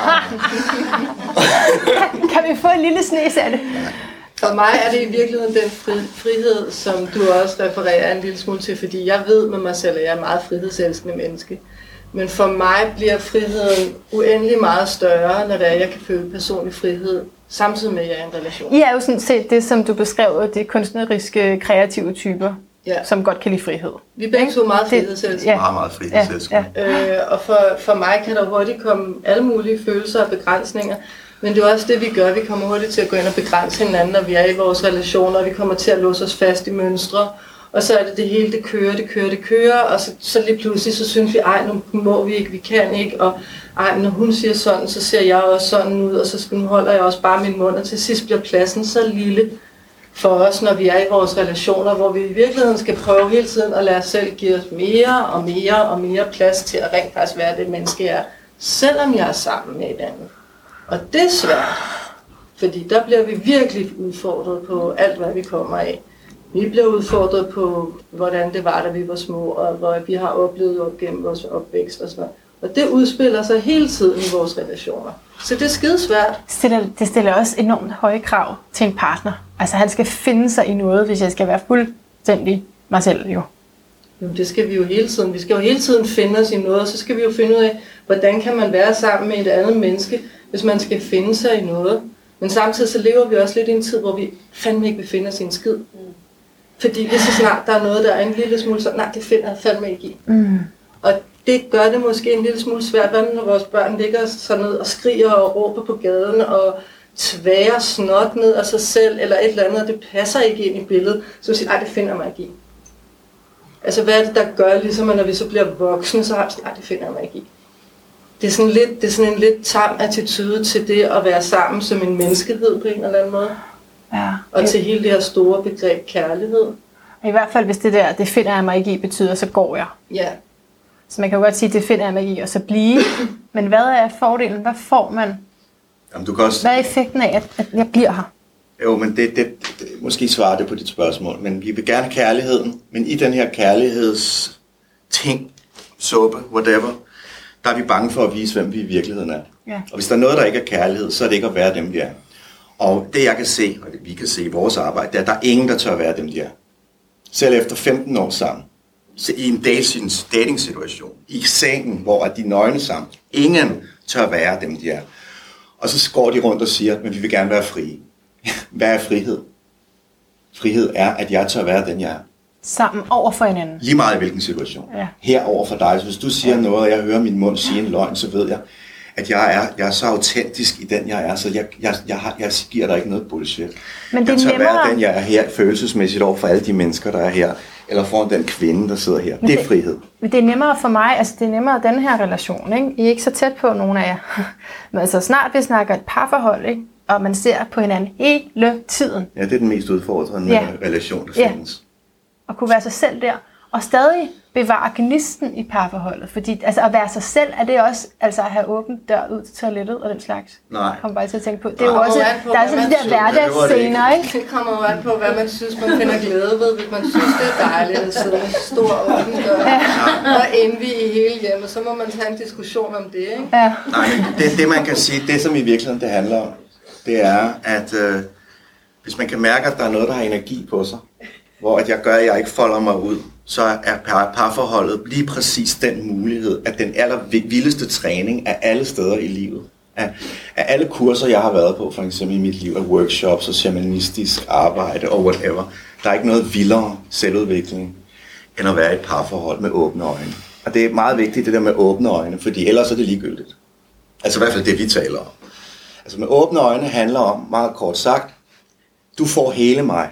Kan vi få en lille snes af det? For mig er det i virkeligheden den fri, frihed, som du også refererer en lille smule til, fordi jeg ved med mig selv, at jeg er et meget frihedselskende menneske. Men for mig bliver friheden uendelig meget større, når det er, jeg kan føle personlig frihed, samtidig med, at jeg er i en relation. I er jo sådan set det, som du beskrev, de kunstneriske, kreative typer, Ja. som godt kan lide frihed. Vi er begge to meget Det- frihedselskende. Ja. Meget, meget frihedselskende. Ja, Øh, og for, for mig kan der hurtigt komme alle mulige følelser og begrænsninger. Men det er også det, vi gør. Vi kommer hurtigt til at gå ind og begrænse hinanden, når vi er i vores relationer. Vi kommer til at låse os fast i mønstre. Og så er det det hele, det kører, det kører, det kører. Og så, så lige pludselig, så synes vi, ej, nu må vi ikke, vi kan ikke. Og ej, når hun siger sådan, så ser jeg også sådan ud. Og så skal, nu holder jeg også bare min mund. Og til sidst bliver pladsen så lille for os, når vi er i vores relationer, hvor vi i virkeligheden skal prøve hele tiden at lade os selv give os mere og mere og mere plads til at rent faktisk være det menneske, jeg er, selvom jeg er sammen med et andet. Og det er svært, fordi der bliver vi virkelig udfordret på alt, hvad vi kommer af. Vi bliver udfordret på, hvordan det var, da vi var små, og hvad vi har oplevet op gennem vores opvækst og sådan noget. Og det udspiller sig hele tiden i vores relationer. Så det er skidesvært. Stiller, det stiller også enormt høje krav til en partner. Altså han skal finde sig i noget, hvis jeg skal være fuldstændig mig selv jo. Jamen, det skal vi jo hele tiden. Vi skal jo hele ttiden finde os i noget, og så skal vi jo finde ud af, hvordan kan man være sammen med et andet menneske, hvis man skal finde sig i noget. Men samtidig så lever vi også lidt i en tid, hvor vi fandme ikke vil finde os i en skid. Fordi lige så snart der er noget, der er en lille smule sådan, nej, det finder jeg fandme ikke i. Mm. Og det gør det måske en lille smule svært, når vores børn ligger sådan ned og skriger og råber på gaden og tværer snot ned af sig selv eller et eller andet, og det passer ikke ind i billedet, så vi siger, ej, det finder magi. Altså, hvad er det, der gør, ligesom at når vi så bliver voksne, så har vi sådan, ej, det finder magi. Det er sådan, lidt, det er sådan en lidt tam attitude til det at være sammen som en menneskehed på en eller anden måde. Ja. Og til hele det her store begreb kærlighed. I hvert fald, hvis det der, det finder jeg mig ikke i, betyder, så går jeg. Ja. Så man kan jo godt sige, det finder jeg mig i, og så blive. Men hvad er fordelen? Hvad får man? Jamen, du kan også... Hvad er effekten af, at, at jeg bliver her? Jo, men det, det, det måske svarer det på dit spørgsmål. Men vi vil gerne kærligheden. Men i den her kærligheds ting, suppe, whatever, der er vi bange for at vise, hvem vi i virkeligheden er. Ja. Og hvis der er noget, der ikke er kærlighed, så er det ikke at være dem, vi er. Og det jeg kan se, og det vi kan se i vores arbejde, det er, at der er ingen, der tør være dem, de er. Selv efter femten år sammen, i en dating-situation, i sengen, hvor de er nøgne sammen, ingen tør være dem, de er. Og så går de rundt og siger, men vi vil gerne være frie. Hvad er frihed? Frihed er, at jeg tør være den, jeg er. Sammen over for hinanden. Lige meget i hvilken situation. Ja. Her over for dig. Så hvis du siger noget, og jeg hører min mund sige en løgn, så ved jeg, at jeg er, jeg er så autentisk i den, jeg er. Så jeg, jeg, jeg, har, jeg giver dig ikke noget bullshit. Men det jeg tør nemmere... være den, jeg er her, følelsesmæssigt over for alle de mennesker, der er her. Eller foran den kvinde, der sidder her. Men det er frihed. Men det er nemmere for mig, altså det er nemmere den her relation, ikke? I er ikke så tæt på, nogen af jer. Men altså snart vi snakker et parforhold, ikke? Og man ser på hinanden hele tiden. Ja, det er den mest udfordrende ja. relation, der ja. findes. Og kunne være sig selv der. Og stadig bevare gnisten i parforholdet. Fordi altså, at være sig selv, er det også altså, at have åben dør ud til toilettet og den slags? Nej. Jeg kommer bare til at tænke på. Det er jo også, på, der er sådan de der hverdagsscener, ikke? Det kommer jo an på, hvad man synes, man finder glæde ved. Hvis man synes, det er dejligt at sidde med stor åben dør ja. og indvige i hele hjemmet, så må man tage en diskussion om det, ikke? Ja. Nej, men det, det man kan sige, det som i virkeligheden det handler om, det er, at øh, hvis man kan mærke, at der er noget, der har energi på sig, hvor at jeg gør, at jeg ikke folder mig ud, så er par, parforholdet lige præcis den mulighed, at den allervildeste træning af alle steder i livet, af, af alle kurser, jeg har været på, for eksempel i mit liv, af workshops og shamanistisk arbejde og whatever, der er ikke noget vildere selvudvikling, end at være i et parforhold med åbne øjne. Og det er meget vigtigt, det der med åbne øjne, fordi ellers er det ligegyldigt. Altså i hvert fald det, vi taler om. Altså med åbne øjne handler om, meget kort sagt, du får hele mig.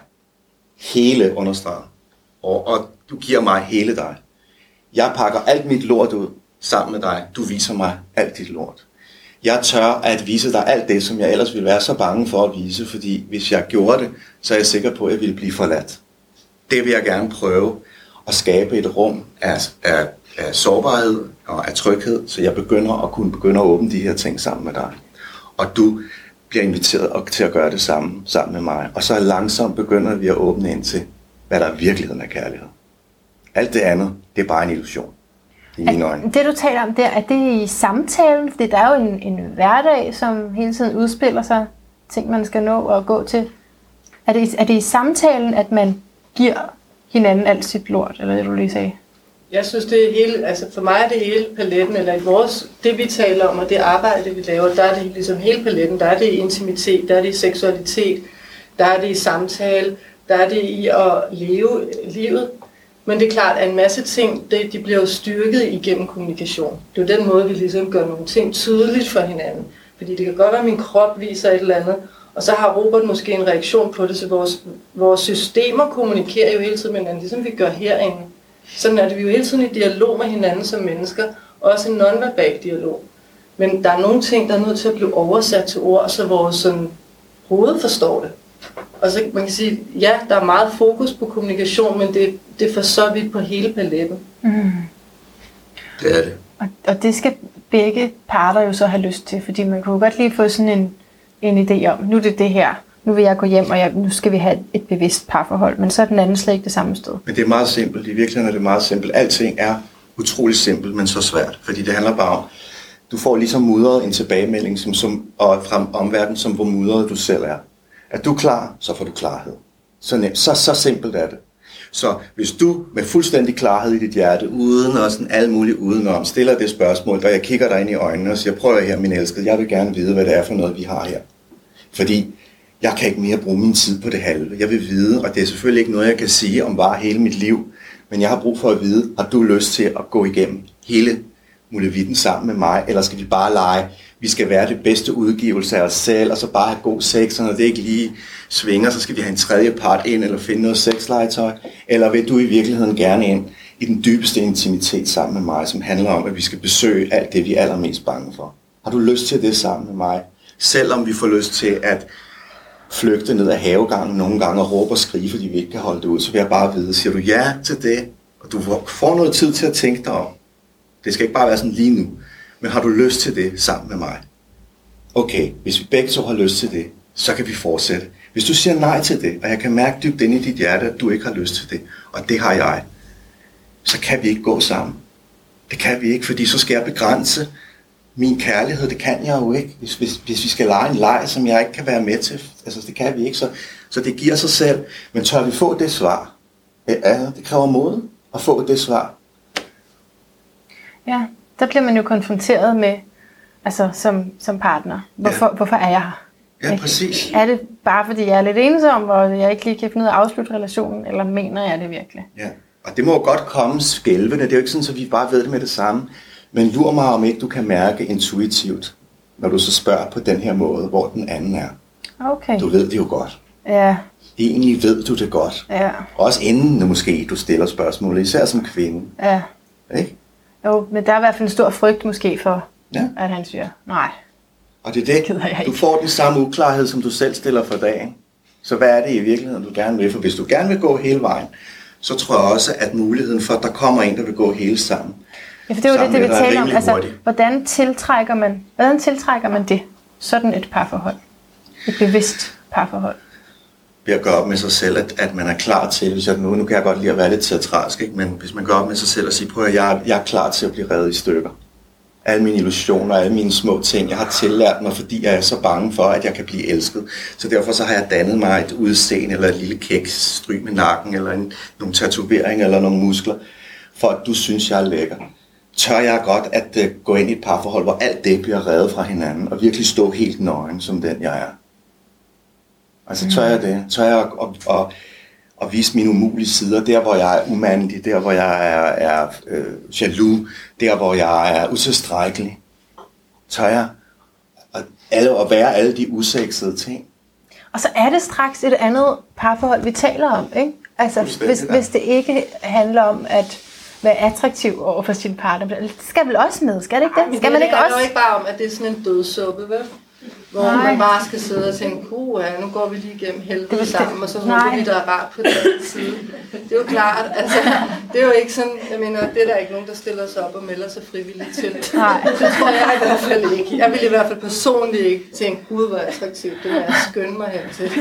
Hele understreget. Og, og du giver mig hele dig. Jeg pakker alt mit lort ud sammen med dig. Du viser mig alt dit lort. Jeg tør at vise dig alt det, som jeg ellers ville være så bange for at vise, fordi hvis jeg gjorde det, så er jeg sikker på, at jeg ville blive forladt. Det vil jeg gerne prøve at skabe et rum af, af, af sårbarhed og af tryghed, så jeg begynder at kunne begynde at åbne de her ting sammen med dig. Og du bliver inviteret til at gøre det samme sammen med mig. Og så langsomt begynder vi at åbne ind til, hvad der i virkeligheden er kærlighed. Alt det andet, det er bare en illusion. I mine øjne. Det du taler om der, er det i samtalen? Fordi der er jo en, en hverdag, som hele tiden udspiller sig. Ting, man skal nå og gå til. Er det, er det i samtalen, at man giver hinanden alt sit lort? Eller det du lige sagde? Jeg synes, det er hele, altså for mig er det hele paletten, eller i vores, det vi taler om, og det arbejde, vi laver, der er det ligesom hele paletten. Der er det i intimitet, der er det i seksualitet, der er det i samtale, der er det i at leve livet. Men det er klart, at en masse ting, det, de bliver jo styrket igennem kommunikation. Det er jo den måde, vi ligesom gør nogle ting tydeligt for hinanden. Fordi det kan godt være, at min krop viser et eller andet, og så har Robert måske en reaktion på det, så vores, vores systemer kommunikerer jo hele tiden med hinanden, ligesom vi gør herinde. Sådan er det, vi jo hele tiden i dialog med hinanden som mennesker, også en nonverbal dialog. Men der er nogle ting, der er nødt til at blive oversat til ord, så vores sådan, hoved forstår det. Og så man kan sige, ja, der er meget fokus på kommunikation, men det, det er for så vidt på hele paletten. Mm. Det er det. Og, og det skal begge parter jo så have lyst til, fordi man kunne godt lige få sådan en, en idé om, nu er det det her, nu vil jeg gå hjem, og jeg, nu skal vi have et bevidst parforhold, men så er den anden slet ikke det samme sted. Men det er meget simpelt. I virkeligheden er det meget simpelt. Alting er utrolig simpelt, men så svært, fordi det handler bare om, du får ligesom mudret en tilbagemelding som, som, og fra omverdenen, som hvor mudret du selv er. Er du klar, så får du klarhed. Så nemt. Så, så simpelt er det. Så hvis du med fuldstændig klarhed i dit hjerte, uden og sådan alt muligt udenom, stiller det spørgsmål, og jeg kigger dig ind i øjnene og siger, prøv at her, min elskede, jeg vil gerne vide, hvad det er for noget, vi har her. Fordi jeg kan ikke mere bruge min tid på det halve. Jeg vil vide, og det er selvfølgelig ikke noget, jeg kan sige om bare hele mit liv, Men jeg har brug for at vide, har du lyst til at gå igennem hele muligheden sammen med mig, eller skal vi bare lege, vi skal være det bedste udgivelse af os selv, og så bare have god sex, og når det ikke lige svinger, så skal vi have en tredje part ind, eller finde noget sexlegetøj, eller vil du i virkeligheden gerne ind i den dybeste intimitet sammen med mig, som handler om, at vi skal besøge alt det, vi er allermest bange for. Har du lyst til det sammen med mig? Selvom vi får lyst til at flygte ned ad havegangen nogle gange og råbe og skrige, fordi vi ikke kan holde det ud, så vil jeg bare vide, siger du ja til det, og du får noget tid til at tænke dig om. Det skal ikke bare være sådan lige nu, men har du lyst til det sammen med mig? Okay, hvis vi begge to har lyst til det, så kan vi fortsætte. Hvis du siger nej til det, og jeg kan mærke dybt inde i dit hjerte, at du ikke har lyst til det, og det har jeg, så kan vi ikke gå sammen. Det kan vi ikke, fordi så skal jeg begrænse min kærlighed. Det kan jeg jo ikke, hvis, hvis, hvis vi skal lege en leg, som jeg ikke kan være med til. Altså, det kan vi ikke, så, så det giver sig selv. Men tør vi få det svar? Ja, det kræver mod at få det svar. Ja, der bliver man jo konfronteret med, altså som, som partner. Hvorfor, ja. hvorfor er jeg her? Ja, ikke? præcis. Er det bare fordi jeg er lidt ensom, og jeg ikke lige kan finde ud af at afslutte relationen, eller mener jeg det virkelig? Ja, og det må jo godt komme skælvende. Det er jo ikke sådan, at vi bare ved det med det samme. Men lur mig, om ikke du kan mærke intuitivt, når du så spørger på den her måde, hvor den anden er. Okay. Du ved det jo godt. Ja. Egentlig ved du det godt. Ja. Også inden måske du stiller spørgsmålet, især som kvinde. Ja. Ikke? Jo, men der er i hvert fald en stor frygt måske for, ja. at han siger, nej. Og det er det, du får den samme uklarhed, som du selv stiller for dagen. Så hvad er det i virkeligheden, du gerne vil? For hvis du gerne vil gå hele vejen, så tror jeg også, at muligheden for, at der kommer en, der vil gå hele sammen. Ja, for det er jo det, det vi taler om. Altså, hvordan tiltrækker man, hvordan tiltrækker man det? Sådan et parforhold. Et bevidst parforhold. Ved at gøre op med sig selv, at, at man er klar til, hvis jeg nu, nu kan jeg godt lide at være lidt teatralsk, ikke? Men hvis man gør op med sig selv og siger, prøv at jeg, jeg er klar til at blive revet i stykker. Alle mine illusioner, alle mine små ting, jeg har tillært mig, fordi jeg er så bange for, at jeg kan blive elsket. Så derfor så har jeg dannet mig et udseende, eller et lille kæks, stryg med nakken, eller en, nogle tatoveringer, eller nogle muskler, for at du synes, jeg er lækker. Tør jeg godt at uh, gå ind i et parforhold, hvor alt det bliver revet fra hinanden, og virkelig stå helt nøgen, som den jeg er? Altså tør jeg det? Tør jeg at, at, at, at vise mine umulige sider, der hvor jeg er umandelig, der hvor jeg er, er øh, jaloux, der hvor jeg er utilstrækkelig? Tør jeg at, at være alle de usexede ting? Og så er det straks et andet parforhold, vi taler om, ikke? Altså hvis, hvis det ikke handler om at være attraktiv over for sin partner, det skal vel også med, skal det ikke det? Skal man ikke også? også? Det er jo ikke bare om, at det er sådan en dødssuppe, vel? Hvor Nej. man bare skal sidde og tænke, puha, nu går vi lige igennem helvede sammen, og så håber vi, der er rart på den side. Det er jo klart, altså, det er jo ikke sådan, jeg mener, det er der ikke nogen, der stiller sig op og melder sig frivilligt til. Nej. Det tror jeg i hvert fald ikke. Jeg vil i hvert fald personligt ikke tænke, gud, hvor attraktivt, det vil jeg skynde mig hen til.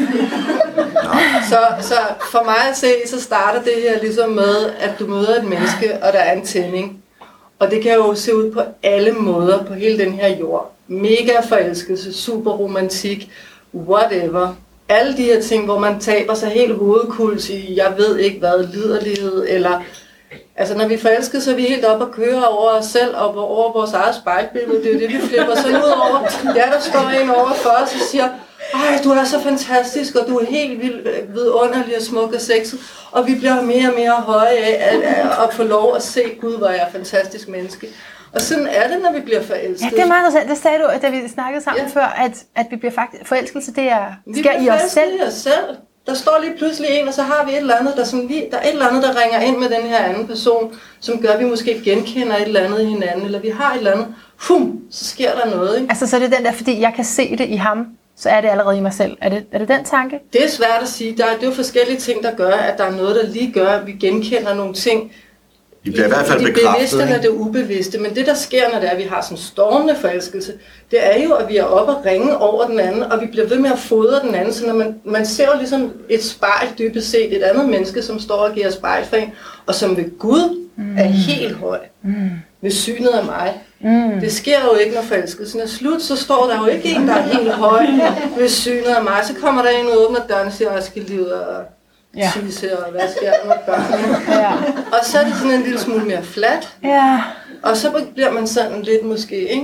Så, så for mig at se, så starter det her ligesom med, at du møder et menneske, og der er en tænding. Og det kan jo se ud på alle måder på hele den her jord. Mega forelskelse, super romantik, whatever. Alle de her ting, hvor man taber sig helt hovedkuls i, jeg ved ikke hvad, liderlighed, eller... Altså når vi forelsker, så er vi helt op og kører over os selv, og over vores eget spejlbillede. Det er jo det, vi flipper sådan ud over. Ja, der står en over for os og siger, ej, du er så fantastisk, og du er helt vildt vidunderlig og smuk og sexet. Og vi bliver mere og mere høje af at, at få lov at se, gud, hvor jeg er et fantastisk menneske. Og sådan er det, når vi bliver forelsket. Ja, det er meget interessant. Det sagde du, da vi snakkede sammen ja. før, at, at vi bliver faktisk forelskelse, det er sker i os selv. i os selv. Der står lige pludselig en, og så har vi et eller andet, der, sådan lige, der er et eller andet, der ringer ind med den her anden person, som gør, at vi måske genkender et eller andet i hinanden, eller vi har et eller andet, hum, så sker der noget. Ikke? Altså, så er det den der, fordi jeg kan se det i ham, så er det allerede i mig selv. Er det, er det den tanke? Det er svært at sige. Der er, det er jo forskellige ting, der gør, at der er noget, der lige gør, at vi genkender nogle ting, vi bliver i hvert fald det bekræftet, bevidste eller det ubevidste, men det der sker, når det er, at vi har sådan en stormende forelskelse, det er jo, at vi er oppe og ringe over den anden, og vi bliver ved med at fodre den anden, så når man, man ser jo ligesom et spejl dybest set, et andet menneske, som står og giver spejl for en, og som ved Gud mm. er helt høj mm. ved synet af mig. Mm. Det sker jo ikke, når forelskelsen er slut, så står der jo ikke en, der er helt høj ved synet af mig, så kommer der en og åbner døren og siger, at jeg skal lige ud og ja. tisse, og hvad sker der med børnene? Ja. Og så er det sådan en lille smule mere flat, ja. og så bliver man sådan lidt måske, ikke?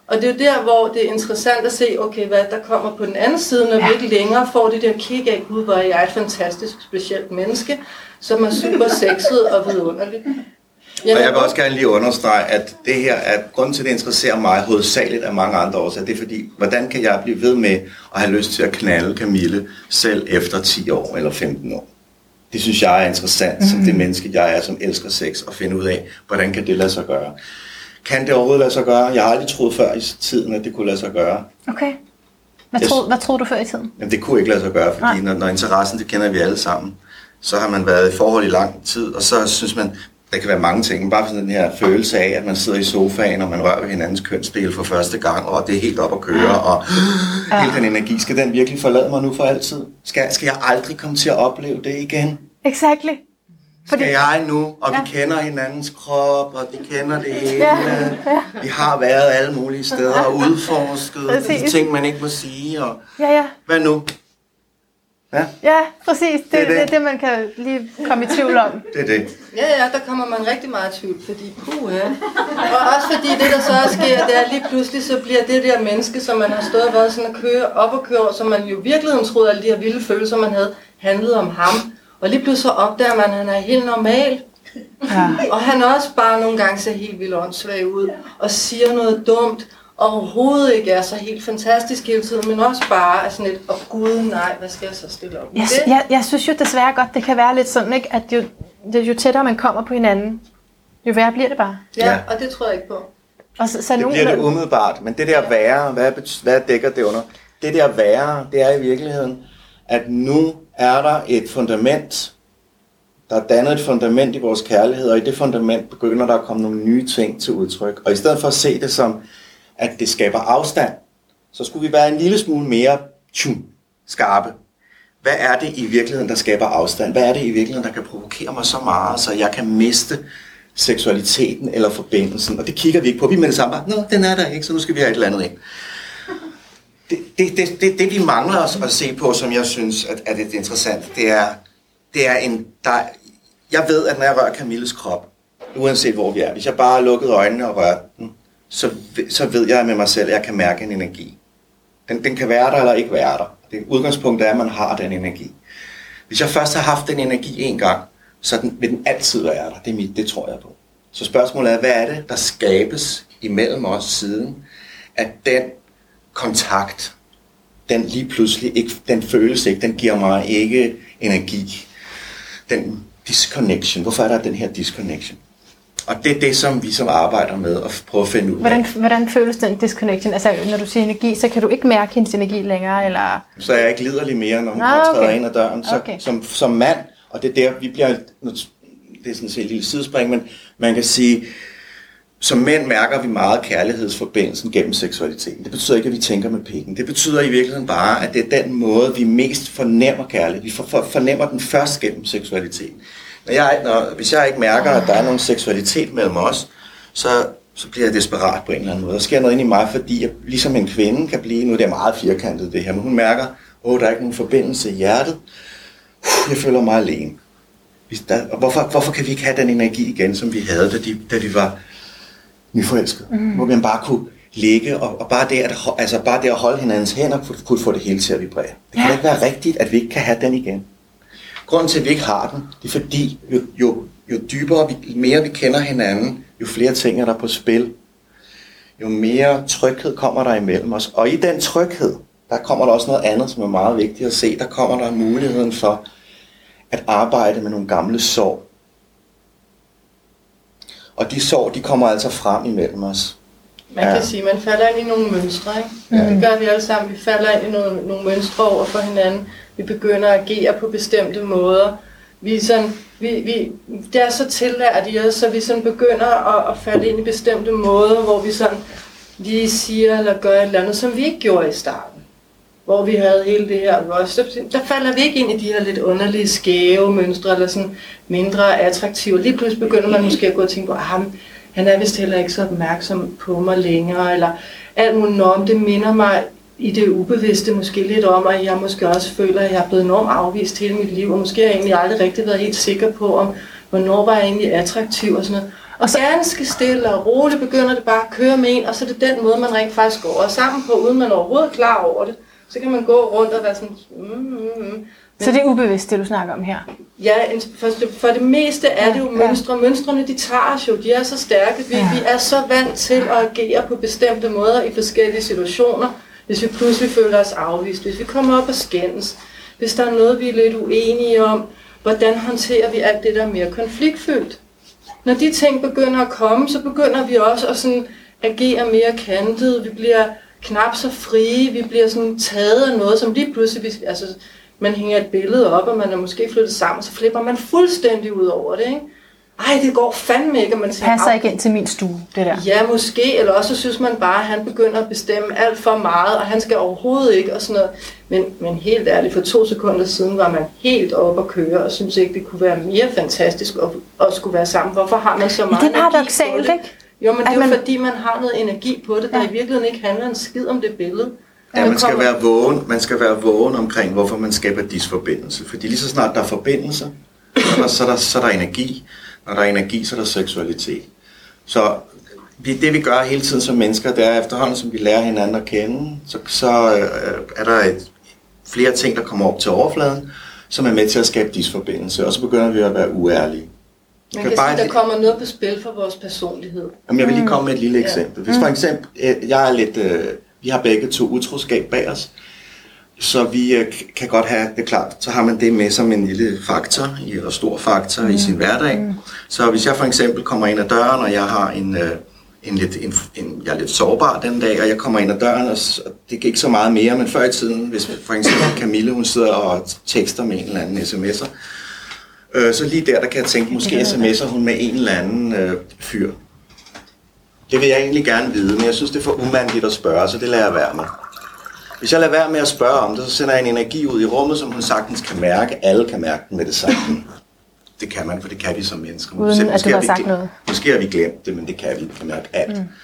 Og det er jo der, hvor det er interessant at se, okay, hvad der kommer på den anden side, når ja. vi ikke længere får det der kick af, gud, hvor er jeg et fantastisk, specielt menneske, som er super sexet og vidunderligt. Jeg og jeg vil også gerne lige understrege, at det her er grunden til, at det interesserer mig hovedsageligt af mange andre årsager. Det er fordi, hvordan kan jeg blive ved med at have lyst til at knalde Camille selv efter ti år eller femten år? Det synes jeg er interessant, mm. som det menneske, jeg er, som elsker sex, at finde ud af, hvordan kan det lade sig gøre. Kan det overhovedet lade sig gøre? Jeg har aldrig troet før i tiden, at det kunne lade sig gøre. Okay. Hvad, jeg, troede, hvad troede du før i tiden? Jamen, det kunne ikke lade sig gøre, fordi når, når interessen, det kender vi alle sammen, så har man været i forhold i lang tid, og så synes man, der kan være mange ting, men bare for den her følelse af, at man sidder i sofaen, og man rører ved hinandens kønsdel for første gang, og det er helt op at køre, og ja. hele den energi, skal den virkelig forlade mig nu for altid? Skal, skal jeg aldrig komme til at opleve det igen? Exactly. Fordi... Skal jeg nu, og ja. vi kender hinandens krop, og vi kender det hele. Ja. Ja. Vi har været alle mulige steder og udforsket de ting, man ikke må sige. Og... Ja, ja. Hvad nu? Ja, ja præcis. Det, det er det. Det, det, man kan lige komme i tvivl om. Det er det. Ja, ja, der kommer man rigtig meget i tvivl, fordi puh, ja. Og også fordi det, der så også sker, det er lige pludselig, så bliver det der menneske, som man har stået og været sådan at køre op og køre over, som man jo i virkeligheden troede, alle de her vilde følelser, man havde, handlet om ham. Og lige pludselig så opdager man, at han er helt normal. Ja. Og han også bare nogle gange ser helt vildt åndssvag ud, og siger noget dumt, og overhovedet ikke er så helt fantastisk hele tiden, men også bare er sådan et, åh oh, gud, nej, hvad skal jeg så stille op med jeg, det? Jeg, jeg synes jo desværre godt, det kan være lidt sådan, ikke, at jo, jo tættere man kommer på hinanden, jo værre bliver det bare. Ja, ja. Og det tror jeg ikke på. Og så, så det nogen, bliver det umiddelbart, men det der værre, hvad, hvad dækker det under? Det der værre, det er i virkeligheden, at nu er der et fundament, der er dannet et fundament i vores kærlighed, og i det fundament begynder der at komme nogle nye ting til udtryk. Og i stedet for at se det som, at det skaber afstand, så skulle vi være en lille smule mere tjum, skarpe. Hvad er det i virkeligheden, der skaber afstand? Hvad er det i virkeligheden, der kan provokere mig så meget, så jeg kan miste seksualiteten eller forbindelsen? Og det kigger vi ikke på. Vi med det samme bare, nå, den er der ikke, så nu skal vi have et eller andet ind. Det, det, det, det, det vi mangler os at se på, som jeg synes at, at det er interessant, det er, det er en... Der, jeg ved, at når jeg rører Camilles krop, uanset hvor vi er, hvis jeg bare har lukket øjnene og rørt den, så, så ved jeg med mig selv, at jeg kan mærke en energi. Den, den kan være der eller ikke være der. Det udgangspunkt er, at man har den energi. Hvis jeg først har haft den energi en gang, så den, vil den altid være der. Det er mit, det tror jeg på. Så spørgsmålet er, hvad er det, der skabes imellem os siden, at den kontakt, den lige pludselig ikke, den føles ikke, den giver mig ikke energi. Den disconnection. Hvorfor er der den her disconnection? Og det er det, som vi som arbejder med at prøve at finde ud af. Hvordan, hvordan føles den disconnection? Altså, når du siger energi, så kan du ikke mærke hendes energi længere, eller? Så er jeg ikke liderlig mere, når hun ah, okay. træder ind ad døren. Så, okay. som, som mand, og det er der, vi bliver, det er sådan set et lille sidespring, men man kan sige, som mænd mærker vi meget kærlighedsforbindelsen gennem seksualiteten. Det betyder ikke, at vi tænker med pikken. Det betyder i virkeligheden bare, at det er den måde, vi mest fornemmer kærlighed. Vi for, for, fornemmer den først gennem seksualiteten. Når jeg, når, hvis jeg ikke mærker, at der er nogen seksualitet mellem os, så, så bliver jeg desperat på en eller anden måde. Der sker noget inde i mig, fordi jeg, ligesom en kvinde kan blive, nu er det meget firkantet det her, men hun mærker, åh, der er ikke nogen forbindelse i hjertet. Jeg føler mig alene. Der, og hvorfor, hvorfor kan vi ikke have den energi igen, som vi havde, da, de, da vi var nyforelskede? Mm. Hvor man bare kunne ligge, og, og bare, det at, altså bare det at holde hinandens hænder, kunne, kunne få det hele til at vibrere. Det kan ja. ikke være rigtigt, at vi ikke kan have den igen. Grunden til, at vi ikke har den, det er fordi, jo, jo, jo dybere, vi, mere vi kender hinanden, jo flere ting er der på spil. Jo mere tryghed kommer der imellem os. Og i den tryghed, der kommer der også noget andet, som er meget vigtigt at se. Der kommer der muligheden for at arbejde med nogle gamle sår. Og de sår, de kommer altså frem imellem os. Man kan ja. sige, at man falder ind i nogle mønstre, ikke? Ja. Det gør vi alle sammen. Vi falder ind i nogle, nogle mønstre over for hinanden. Vi begynder at agere på bestemte måder. Vi sådan, vi, vi, det er så tillært i os, så vi sådan begynder at, at falde ind i bestemte måder, hvor vi sådan lige siger eller gør et eller andet, som vi ikke gjorde i starten. Hvor vi havde hele det her rush. Der falder vi ikke ind i de her lidt underlige, skæve mønstre, eller sådan mindre attraktive. Lige pludselig begynder man måske at gå og tænke på, ah, han er vist heller ikke så opmærksom på mig længere, eller alt muligt om. Det minder mig i det ubevidste måske lidt om, at jeg måske også føler, at jeg er blevet enormt afvist hele mit liv, og måske har jeg egentlig aldrig rigtig været helt sikker på, om hvornår var jeg egentlig attraktiv og sådan noget. Og så ganske stille og roligt begynder det bare at køre med en, og så er det den måde, man rent faktisk går sammen på, uden man overhovedet er klar over det. Så kan man gå rundt og være sådan... Mm, mm, mm. Så det er ubevidst, det du snakker om her? Ja, for det, for det meste er det jo mønstre. Mønstrene, de tager os jo, de er så stærke. Vi, ja. vi er så vant til at agere på bestemte måder i forskellige situationer. Hvis vi pludselig føler os afvist, hvis vi kommer op og skændes, hvis der er noget, vi er lidt uenige om, hvordan håndterer vi alt det, der er mere konfliktfyldt. Når de ting begynder at komme, så begynder vi også at sådan agere mere kantet. Vi bliver knap så frie, vi bliver sådan taget af noget, som lige pludselig... Altså, man hænger et billede op, og man er måske flyttet sammen, så flipper man fuldstændig ud over det, ikke? Ej, det går fandme ikke, at man siger... Passer ikke ind til min stue, det der. Ja, måske, eller også så synes man bare, at han begynder at bestemme alt for meget, og han skal overhovedet ikke, og sådan noget. Men, men helt ærligt, for to sekunder siden var man helt oppe at køre, og synes ikke, det kunne være mere fantastisk at, at skulle være sammen. Hvorfor har man så meget energi på det? Det er paradoksalt, ikke? Jo, men det er jo man... fordi, man har noget energi på det, der ja. i virkeligheden ikke handler en skid om det billede. Ja, man skal være vågen, man skal være vågen omkring, hvorfor man skaber disforbindelse. Fordi lige så snart der er forbindelse, så er der, så er der, så er der energi. Når der er energi, så er der seksualitet. Så det vi gør hele tiden som mennesker, det er efterhånden, som vi lærer hinanden at kende, så, så øh, er der et, flere ting, der kommer op til overfladen, som er med til at skabe disforbindelse. Og så begynder vi at være uærlige. Man kan, kan sige, der kommer noget på spil for vores personlighed. Jamen, jeg vil lige komme med et lille eksempel. Hvis for eksempel, jeg er lidt... Øh, vi har begge to utroskab bag os, så vi øh, kan godt have det klart. Så har man det med som en lille faktor, eller stor faktor mm. i sin hverdag. Mm. Så hvis jeg for eksempel kommer ind ad døren, og jeg har en, øh, en lidt, en, en, jeg er lidt sårbar den dag, og jeg kommer ind ad døren, og det gik ikke så meget mere, men før i tiden, hvis for eksempel Camille, hun sidder og tekster med en eller anden sms'er, øh, så lige der, der kan jeg tænke, måske sms'er hun med en eller anden øh, fyr. Det vil jeg egentlig gerne vide, men jeg synes, det er for umandigt at spørge, så det lader jeg være med. Hvis jeg lader være med at spørge om det, så sender jeg en energi ud i rummet, som hun sagtens kan mærke. Alle kan mærke den med det samme. Det kan man, for det kan vi som mennesker. Uden Selv, at du har sagt noget. Måske har vi glemt det, men det kan vi. Vi kan mærke alt. Mm.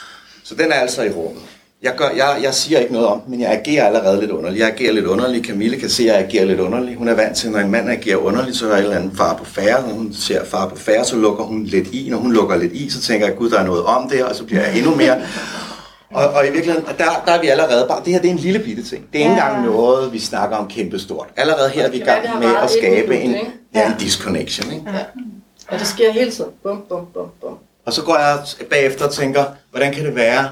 Så den er altså i rummet. Jeg, gør, jeg, jeg siger ikke noget om det, men jeg agerer allerede lidt underligt. Jeg agerer lidt underligt. Camille kan se, at jeg agerer lidt underligt. Hun er vant til, når en mand agerer underligt, så er der en eller anden far på færre. Når hun ser far på færre, så lukker hun lidt i. Når hun lukker lidt i, så tænker jeg, gud, der er noget om det, og så bliver jeg endnu mere. Og, og i virkeligheden, der, der er vi allerede bare... Det her, det er en lille bitte ting. Det er ikke engang noget, vi snakker om kæmpestort. Allerede her er vi i gang med at skabe en, ja, en disconnection. Ikke? Ja. Og det sker hele tiden. Bum, bum, bum, bum. Og så går jeg bagefter og tænker, hvordan kan det være,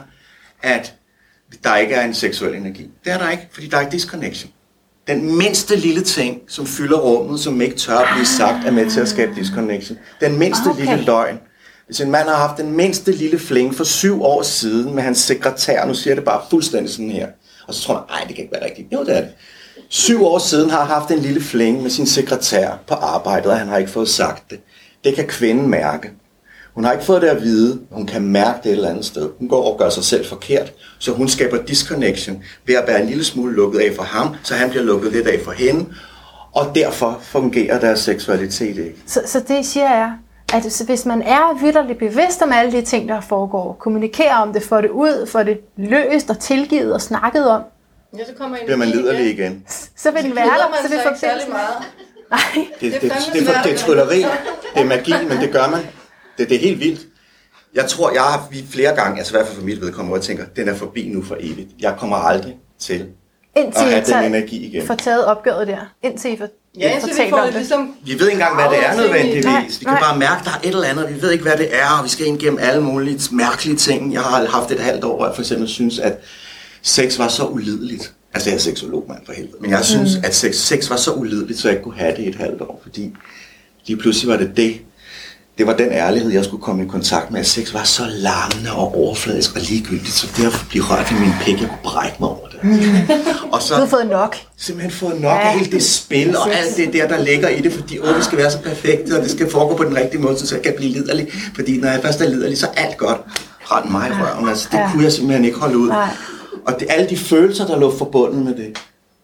at der ikke er en seksuel energi? Det er der ikke, fordi der er ikke disconnection. Den mindste lille ting, som fylder rummet, som ikke tør at blive sagt, er med til at skabe disconnection. Den mindste okay. lille løgn. Hvis en mand har haft den mindste lille fling for syv år siden med hans sekretær, nu siger det bare fuldstændig sådan her, og så tror man, nej, det kan ikke være rigtigt. Jo, det er det. Syv år siden har haft en lille fling med sin sekretær på arbejdet, og han har ikke fået sagt det. Det kan kvinden mærke. Hun har ikke fået det at vide, hun kan mærke det et eller andet sted. Hun går og gør sig selv forkert, så hun skaber disconnection ved at være en lille smule lukket af for ham, så han bliver lukket lidt af for hende, og derfor fungerer deres seksualitet ikke. Så, så det siger jeg, at hvis man er vitterligt bevidst om alle de ting, der foregår, kommunikerer om det, får det ud, får det løst og tilgivet og snakket om, ja, så kommer bliver man liderlig igen. Så vil den være der, så vil det særlig meget. Nej. Det, det, det, det, det, det, det er trylleri, det er magi, men det gør man. Det, det er helt vildt. Jeg tror, jeg har flere gange, altså i hvert fald for mit vedkommende, hvor jeg tænker, den er forbi nu for evigt. Jeg kommer aldrig til indtil at have tager, den energi igen. Får taget opgøret der. Indtil I får, ja, indtil vi får det. Ligesom vi ved ikke engang, hvad det er nødvendigvis. Nej, vi kan nej. bare mærke, der er et eller andet, vi ved ikke, hvad det er, og vi skal ind gennem alle mulige mærkelige ting. Jeg har haft et halvt år, hvor jeg for eksempel synes, at sex var så ulideligt. Altså, jeg er seksolog, mand, for helvede. Men jeg synes, mm. at sex, sex var så ulideligt, så jeg ikke kunne have det i et halvt år. Fordi lige pludselig var det det. Det var den ærlighed, jeg skulle komme i kontakt med, at sex var så larmende og overfladisk og ligegyldigt, så det at blive rørt i min pik, jeg kunne brække mig over det. Mm. Og så, du har fået nok. Simpelthen fået nok ja. af hele det spil og alt det der, der ligger i det, fordi åh, det skal være så perfekt, og det skal foregå på den rigtige måde, så jeg kan blive liderlig. Fordi når jeg først er liderlig, så er alt godt. Rend mig i røven, altså det ja. kunne jeg simpelthen ikke holde ud. Nej. Og det, alle de følelser, der lå forbundet med det.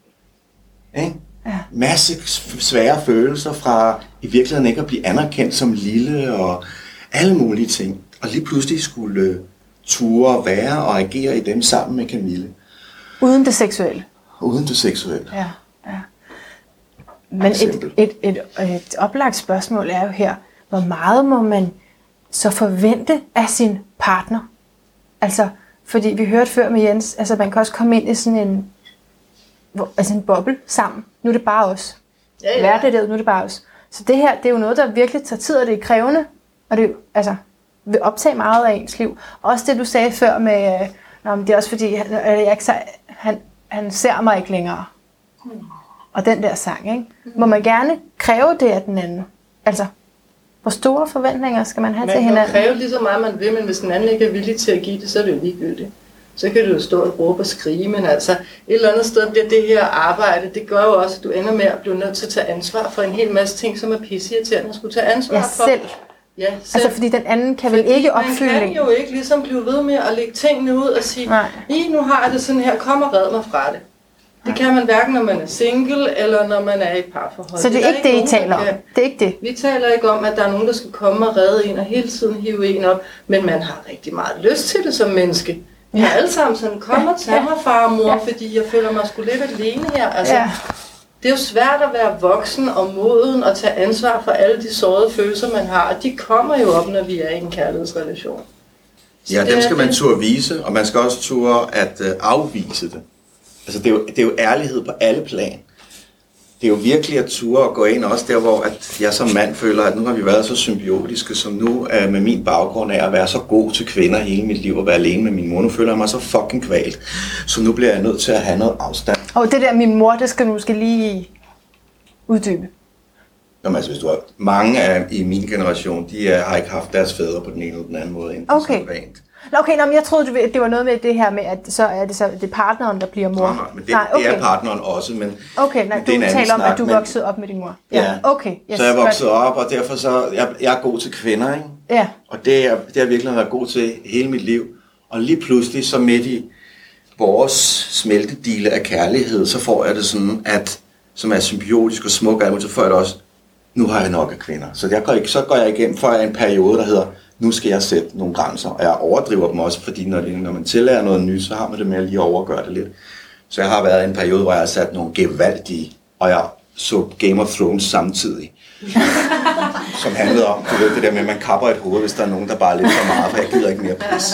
Ikke? Ja. Masse svære følelser fra i virkeligheden ikke at blive anerkendt som lille og alle mulige ting. Og lige pludselig skulle ture og være og agere i dem sammen med Camille. Uden det seksuelle. Uden det seksuelle. Ja, ja. Men et, et, et, et oplagt spørgsmål er jo her, hvor meget må man så forvente af sin partner. Altså, fordi vi hørte før med Jens, altså man kan også komme ind i sådan en, altså en boble sammen. Nu er det bare os. Ja, ja. Verden er det, nu er det bare os. Så det her, det er jo noget, der virkelig tager tid, og det er krævende, og det er, altså, vil optage meget af ens liv. Også det, du sagde før med, øh, nå, men det er også fordi, han, jeg ikke, han, han ser mig ikke længere. Mm. Og den der sang, ikke? Mm. Må man gerne kræve det af den anden? Altså, hvor store forventninger skal man have man til hinanden? Man kan kræve lige så meget, man vil, men hvis den anden ikke er villig til at give det, så er det jo ligegyldigt. Så kan du jo stå og råbe og skrige, men altså et eller andet sted bliver det her arbejde, det gør jo også, at du ender med at blive nødt til at tage ansvar for en hel masse ting, som er pisseirriterende at skulle tage ansvar ja, for. Selv. Ja, selv. Altså fordi den anden kan vel fordi ikke opfylde. Man kan jo ikke ligesom blive ved med at lægge tingene ud og sige, i nu har jeg det sådan her, kom og red mig fra det. Det kan man hverken, når man er single, eller når man er i et parforhold. Så det er, det er ikke det, I taler om? Det er ikke det? Vi taler ikke om, at der er nogen, der skal komme og redde en, og hele tiden hive en op, men man har rigtig meget lyst til det som menneske. Vi har alle sammen sådan, kom og tag mig, far og mor, ja. Fordi jeg føler mig sgu lidt alene her. Altså, ja. Det er jo svært at være voksen og moden og tage ansvar for alle de sårede følelser, man har, og de kommer jo op, når vi er i en kærlighedsrelation. Så ja, dem skal man turde vise, og man skal også turde at uh, afvise det. Altså, det er, jo, det er jo ærlighed på alle plan. Det er jo virkelig at ture at gå ind, også der, hvor at jeg som mand føler, at nu har vi været så symbiotiske, som nu uh, med min baggrund af at være så god til kvinder hele mit liv, og være alene med min mor. Nu føler jeg mig så fucking kvalt, så nu bliver jeg nødt til at have noget afstand. Og det der min mor, det skal du måske lige uddybe. Jamen, altså, hvis du har, mange af i min generation, de uh, har ikke haft deres fædre på den ene eller den anden måde. Okay. Okay, nå, men jeg troede, det var noget med det her med, at så er det, så, det er partneren, der bliver mor. Nej, nej, men det, nej, okay. det er partneren også, men okay, nej, men du taler om, snak, at du men, voksede op med din mor. Ja, ja. Okay. Yes, så er jeg vokset op, og derfor så, jeg, jeg er god til kvinder, ikke? Ja. Og det er, det er virkelig været god til hele mit liv. Og lige pludselig, så midt i vores smeltedile af kærlighed, så får jeg det sådan, at, som er symbiotisk og smuk, så får jeg det også, nu har jeg nok af kvinder. Så, jeg går, ikke, så går jeg igennem for en periode, der hedder, nu skal jeg sætte nogle grænser, og jeg overdriver dem også, fordi når, det, når man tillærer noget nyt, så har man det med at lige overgøre det lidt. Så jeg har været i en periode, hvor jeg har sat nogle gevaldige, og jeg så Game of Thrones samtidig. Som handlede om, du ved, det der med, at man kapper et hoved, hvis der er nogen, der bare er lidt for meget, for jeg gider ikke mere pis.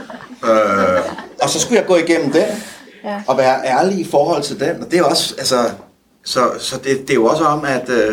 øh, og så skulle jeg gå igennem den, ja. Og være ærlig i forhold til den, og det er også, altså, så, så det, det er jo også om, at... Øh,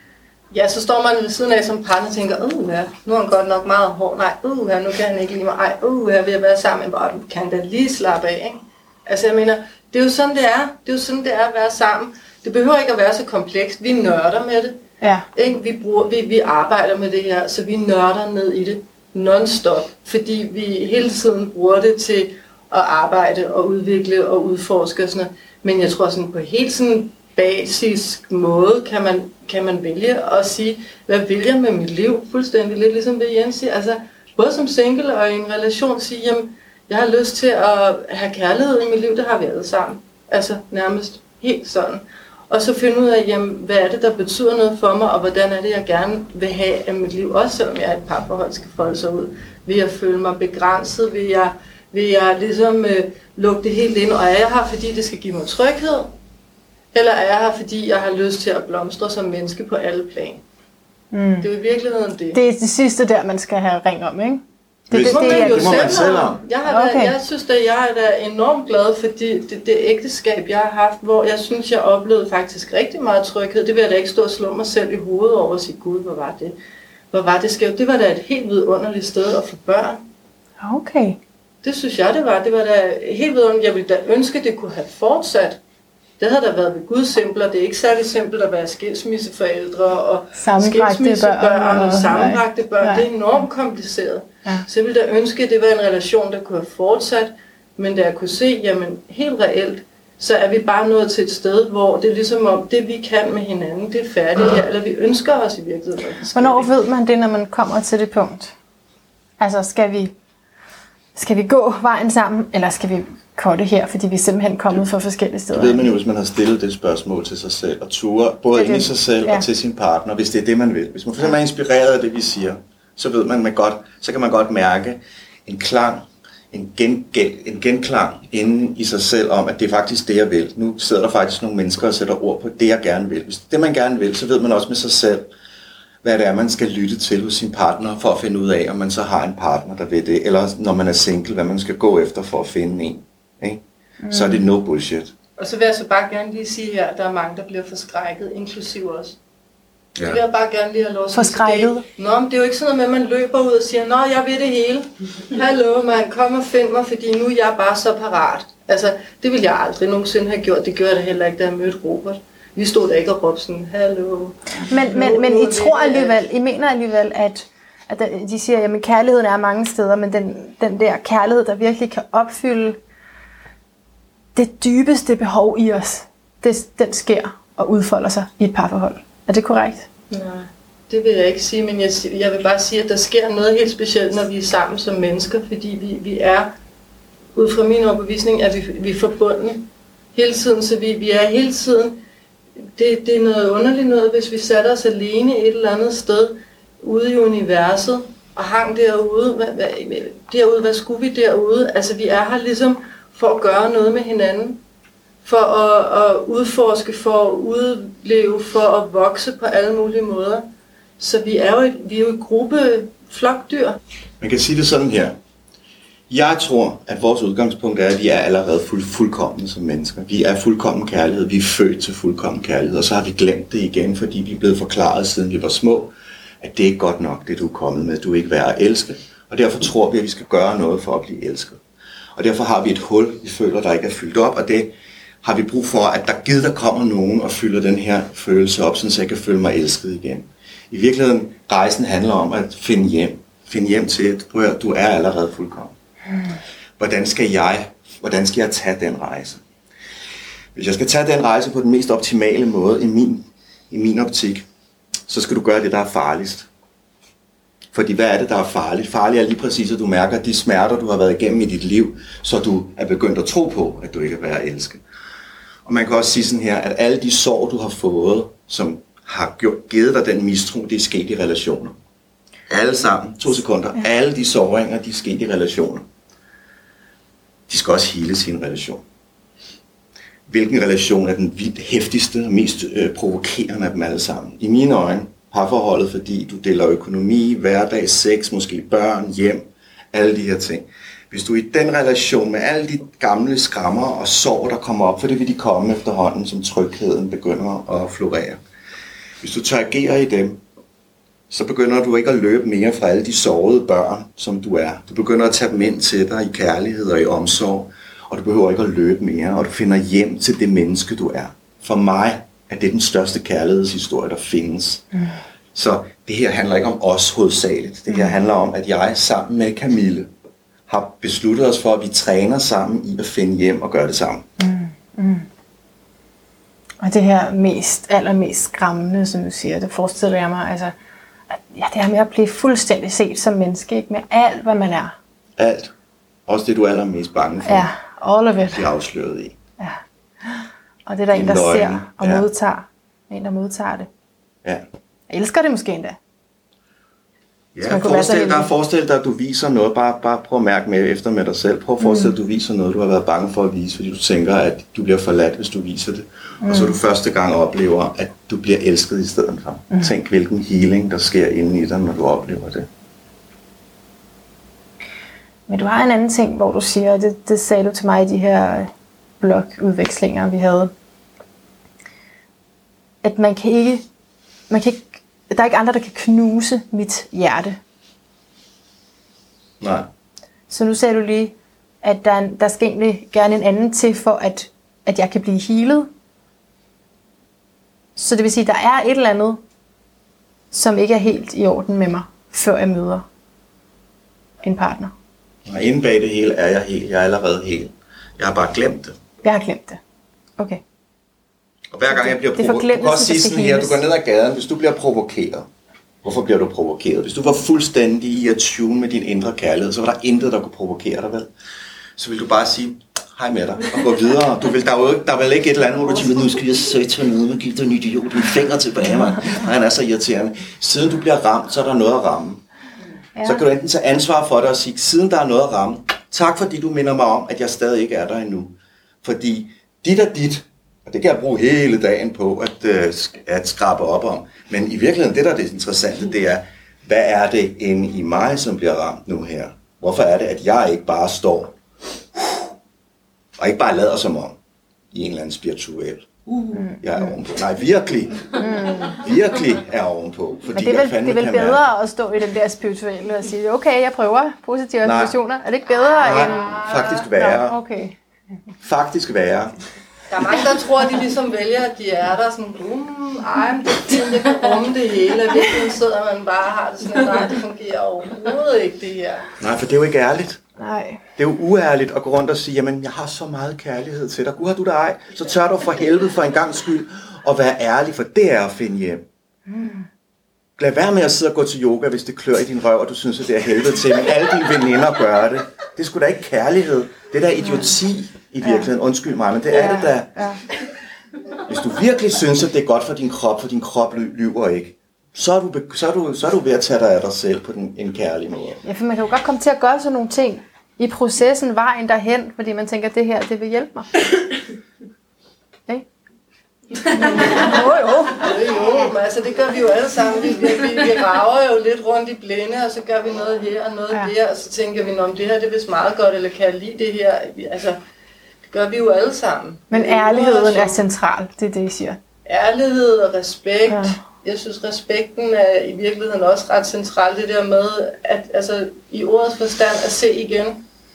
Ja, så står man ved siden af som partner og tænker, uh, ja, nu er han godt nok meget hård. Nej, uh, nu kan han ikke lide mig. Ej, uh, jeg vil være sammen med bare, kan da lige slappe af, ikke? Altså, jeg mener, det er jo sådan, det er. Det er jo sådan, det er at være sammen. Det behøver ikke at være så komplekst. Vi nørder med det. Ja. Ikke? Vi, bruger, vi, vi arbejder med det her, så vi nørder ned i det non-stop. Fordi vi hele tiden bruger det til at arbejde og udvikle og udforske og sådan noget. Men jeg tror sådan på helt sådan basisk måde kan man, kan man vælge at sige, hvad vil jeg med mit liv? Fuldstændig lidt ligesom det Jens siger. Altså, både som single og i en relation sige, jamen, jeg har lyst til at have kærlighed i mit liv, det har vi alle sammen. Altså nærmest helt sådan. Og så finde ud af, jamen, hvad er det, der betyder noget for mig, og hvordan er det, jeg gerne vil have af mit liv, også selvom jeg er et parforhold skal folde sig ud. Vil jeg føle mig begrænset? Vil jeg, vil jeg ligesom øh, lukke det helt ind? Og er jeg her, fordi det skal give mig tryghed? Eller er jeg her, fordi jeg har lyst til at blomstre som menneske på alle plan? Mm. Det er jo i virkeligheden det. Det er det sidste der, man skal have ring om, ikke? Det, det, det, det, det, det må man selv om. Jeg, har okay. da, jeg synes at jeg er da enormt glad for det, det, det ægteskab, jeg har haft, hvor jeg synes, jeg oplevede faktisk rigtig meget tryghed. Det vil jeg da ikke stå og slå mig selv i hovedet over og sige, gud, hvor var det? Hvor var det skævt? Det var da et helt vidunderligt sted at få børn. Okay. Det synes jeg, det var. Det var da helt vidunderligt. Jeg ville da ønske, det kunne have fortsat. Det havde da været ved Gud simpelt, det er ikke særlig simpelt at være skilsmisseforældre og skilsmissebørn og sammenbragte børn. Nej. Det er enormt kompliceret. Ja. Så jeg ville da ønske, at det var en relation, der kunne have fortsat, men da jeg kunne se, jamen helt reelt, så er vi bare nået til et sted, hvor det er ligesom om, det vi kan med hinanden, det er færdigt her, eller vi ønsker os i virkeligheden. Hvornår ved man det, når man kommer til det punkt? Altså, skal vi, skal vi gå vejen sammen, eller skal vi korte her, fordi vi er simpelthen kommet fra forskellige steder? Det ved man jo, hvis man har stillet det spørgsmål til sig selv, og ture både ind i sig selv ja. og til sin partner, hvis det er det, man vil. Hvis man for eksempel er inspireret af det, vi siger, så ved man, man godt, så kan man godt mærke en klang, en, gen, gen, en genklang inde i sig selv om, at det er faktisk det, jeg vil. Nu sidder der faktisk nogle mennesker og sætter ord på det, jeg gerne vil. Hvis det er det, man gerne vil, så ved man også med sig selv, hvad det er, man skal lytte til hos sin partner, for at finde ud af, om man så har en partner, der ved det, eller når man er single, hvad man skal gå efter for at finde en. Ikke? Mm. Så er det no bullshit. Og så vil jeg så bare gerne lige sige her, at der er mange, der bliver forskrækket, inklusiv os. Ja. Det vil jeg bare gerne lige have lov at sige. Forskrækket? Nå, men det er jo ikke sådan noget med, at man løber ud og siger, nå, jeg ved det hele. Hallo, mand, kom og find mig, fordi nu er jeg bare så parat. Altså, det ville jeg aldrig nogensinde have gjort. Det gjorde jeg da heller ikke, da jeg mødte Robert. Vi stod der ikke og råbte sådan, hallo. Men, men, men I tror alligevel, I mener alligevel, at, at de siger, at kærligheden er mange steder, men den, den der kærlighed, der virkelig kan opfylde det dybeste behov i os, det, den sker og udfolder sig i et parforhold. Er det korrekt? Nej, det vil jeg ikke sige, men jeg, jeg vil bare sige, at der sker noget helt specielt, når vi er sammen som mennesker, fordi vi, vi er, ud fra min overbevisning, at vi, vi er forbundne hele tiden, så vi, vi er hele tiden. Det, det er noget underligt noget, hvis vi satte os alene et eller andet sted ude i universet og hang derude. Hvad, hvad, derude, hvad skulle vi derude? Altså, vi er her ligesom for at gøre noget med hinanden. For at, at udforske, for at udleve, for at vokse på alle mulige måder. Så vi er jo et, vi er jo et gruppe flokdyr. Man kan sige det sådan her. Jeg tror, at vores udgangspunkt er, at vi er allerede fuld, fuldkomne som mennesker. Vi er fuldkommen kærlighed. Vi er født til fuldkommen kærlighed. Og så har vi glemt det igen, fordi vi er blevet forklaret, siden vi var små, at det er ikke godt nok, det du er kommet med. Du er ikke værd at elske. Og derfor tror vi, at vi skal gøre noget for at blive elsket. Og derfor har vi et hul, vi føler, der ikke er fyldt op. Og det har vi brug for, at der givet der kommer nogen og fylder den her følelse op, så jeg kan føle mig elsket igen. I virkeligheden, rejsen handler om at finde hjem. Finde hjem til, at du er allerede fuldkommen. Hvordan skal jeg, hvordan skal jeg tage den rejse? Hvis jeg skal tage den rejse på den mest optimale måde i min, i min optik, så skal du gøre det, der er farligst. Fordi hvad er det, der er farligt? Farligt er lige præcis, at du mærker de smerter, du har været igennem i dit liv, så du er begyndt at tro på, at du ikke er værd at elske. Og man kan også sige sådan her, at alle de sår, du har fået, som har gjort, givet dig den mistro, det er sket i relationer. Alle sammen, to sekunder, ja. Alle de såringer, de er sket i relationer. De skal også hele sin relation. Hvilken relation er den vildt hæftigste og mest øh, provokerende af dem alle sammen? I mine øjne, parforholdet, fordi du deler økonomi, hverdag, sex, måske børn, hjem, alle de her ting. Hvis du er i den relation med alle de gamle skrammer og sår, der kommer op, for det vil de komme efterhånden, som trygheden begynder at florere. Hvis du tør agere i dem, så begynder du ikke at løbe mere fra alle de sårede børn, som du er. Du begynder at tage dem ind til dig i kærlighed og i omsorg, og du behøver ikke at løbe mere, og du finder hjem til det menneske, du er. For mig er det den største kærlighedshistorie, der findes. Mm. Så det her handler ikke om os hovedsageligt. Det her handler om, at jeg sammen med Camille har besluttet os for, at vi træner sammen i at finde hjem og gøre det sammen. Mm. Mm. Og det her mest, allermest skræmmende, som du siger, det forestiller jeg mig, altså, at, ja, det her med at blive fuldstændig set som menneske, ikke? Med alt, hvad man er. Alt. Også det, du er allermest bange for. Ja, all of it. De er afsløret i. Ja. Og det er der en, der løgn. Ser og ja. modtager. En, der modtager det. Ja. Jeg elsker det måske endda. Ja, forestil dig, forestil dig, at du viser noget. Bare, bare prøv at mærke med efter med dig selv. Prøv at forestille dig, mm. at du viser noget, du har været bange for at vise, fordi du tænker, at du bliver forladt, hvis du viser det. Mm. Og så du første gang oplever, at du bliver elsket i stedet for. Mm. Tænk, hvilken healing, der sker inde i dig, når du oplever det. Men du har en anden ting, hvor du siger, det, det sagde du til mig i de her blogudvekslinger, vi havde, at man kan ikke, man kan ikke, der er ikke andre, der kan knuse mit hjerte. Nej. Så nu sagde du lige, at der, der skal egentlig gerne en anden til, for at, at jeg kan blive healet. Så det vil sige, at der er et eller andet, som ikke er helt i orden med mig, før jeg møder en partner. Og inde bag det hele er jeg helt. Jeg er allerede helt. Jeg har bare glemt det. Jeg har glemt det. Okay. Og hver gang jeg bliver provokeret, du kan også sige sådan her, du går ned ad gaden, hvis du bliver provokeret. Hvorfor bliver du provokeret? Hvis du var fuldstændig i at tune med din indre kærlighed, så var der intet, der kunne provokere dig, vel? Så vil du bare sige, hej med dig, og gå videre. Du vil, der, er jo, der er vel ikke et eller andet, hvor du tænker, nu skal jeg sætte noget med, give dig en idiot, en finger tilbage, man. Han er så irriterende. Siden du bliver ramt, så er der noget at ramme. Ja. Så kan du enten tage ansvar for det og sige, siden der er noget at ramme, tak fordi du minder mig om, at jeg stadig ikke er der endnu. Fordi dit er dit, Og det kan jeg bruge hele dagen på at, øh, at skrabe op om. Men i virkeligheden, det der er det interessante, det er, hvad er det inde i mig, som bliver ramt nu her? Hvorfor er det, at jeg ikke bare står og ikke bare lader som om i en eller anden spirituel? Uh, jeg er ovenpå. Nej, virkelig. Mm. Virkelig er ovenpå. Fordi Men det er vel, jeg det er vel kan bedre mærke. at stå i den der spirituelle og sige, okay, jeg prøver positive Nej. affirmationer. Er det ikke bedre Nej, end... faktisk værre. Nå, okay. Faktisk værre. Der er mange, der tror, at de ligesom vælger, at de er der sådan, um, ej, men det er fint, jeg kan rumme det hele. Og virkelig sidder man bare har det sådan, nej, det fungerer overhovedet ikke, det her. Nej, for det er jo ikke ærligt. Nej. Det er jo uærligt at gå rundt og sige, jamen, jeg har så meget kærlighed til dig. Gud, har du det ej? Så tør du for helvede for en gang skyld at være ærlig, for det er at finde hjem. Mm. Lad være med at sidde og gå til yoga, hvis det klør i din røv, og du synes, at det er helvede til. Men alle dine veninder gør det. Det er sgu da ikke kærlighed. Det er da idioti i virkeligheden. Undskyld mig, men det er det da. Hvis du virkelig synes, at det er godt for din krop, for din krop lyver ikke, så er du, så er du, så er du ved at tage dig af dig selv på den, en kærlig måde. Ja, for man kan jo godt komme til at gøre sådan nogle ting i processen, vejen derhen, fordi man tænker, at det her, det vil hjælpe mig. Okay? Jo, jo. jo, men altså det gør vi jo alle sammen. Vi, vi, vi, vi rager jo lidt rundt i blinde, og så gør vi noget her og noget ja. der, og så tænker vi, om det her det er vist meget godt, eller kan jeg lide det her? Altså, det gør vi jo alle sammen. Men ærligheden er central, det er det, I siger. Ærlighed og respekt. Ja. Jeg synes, respekten er i virkeligheden også ret central. Det der med, at altså, i ordets forstand at se igen.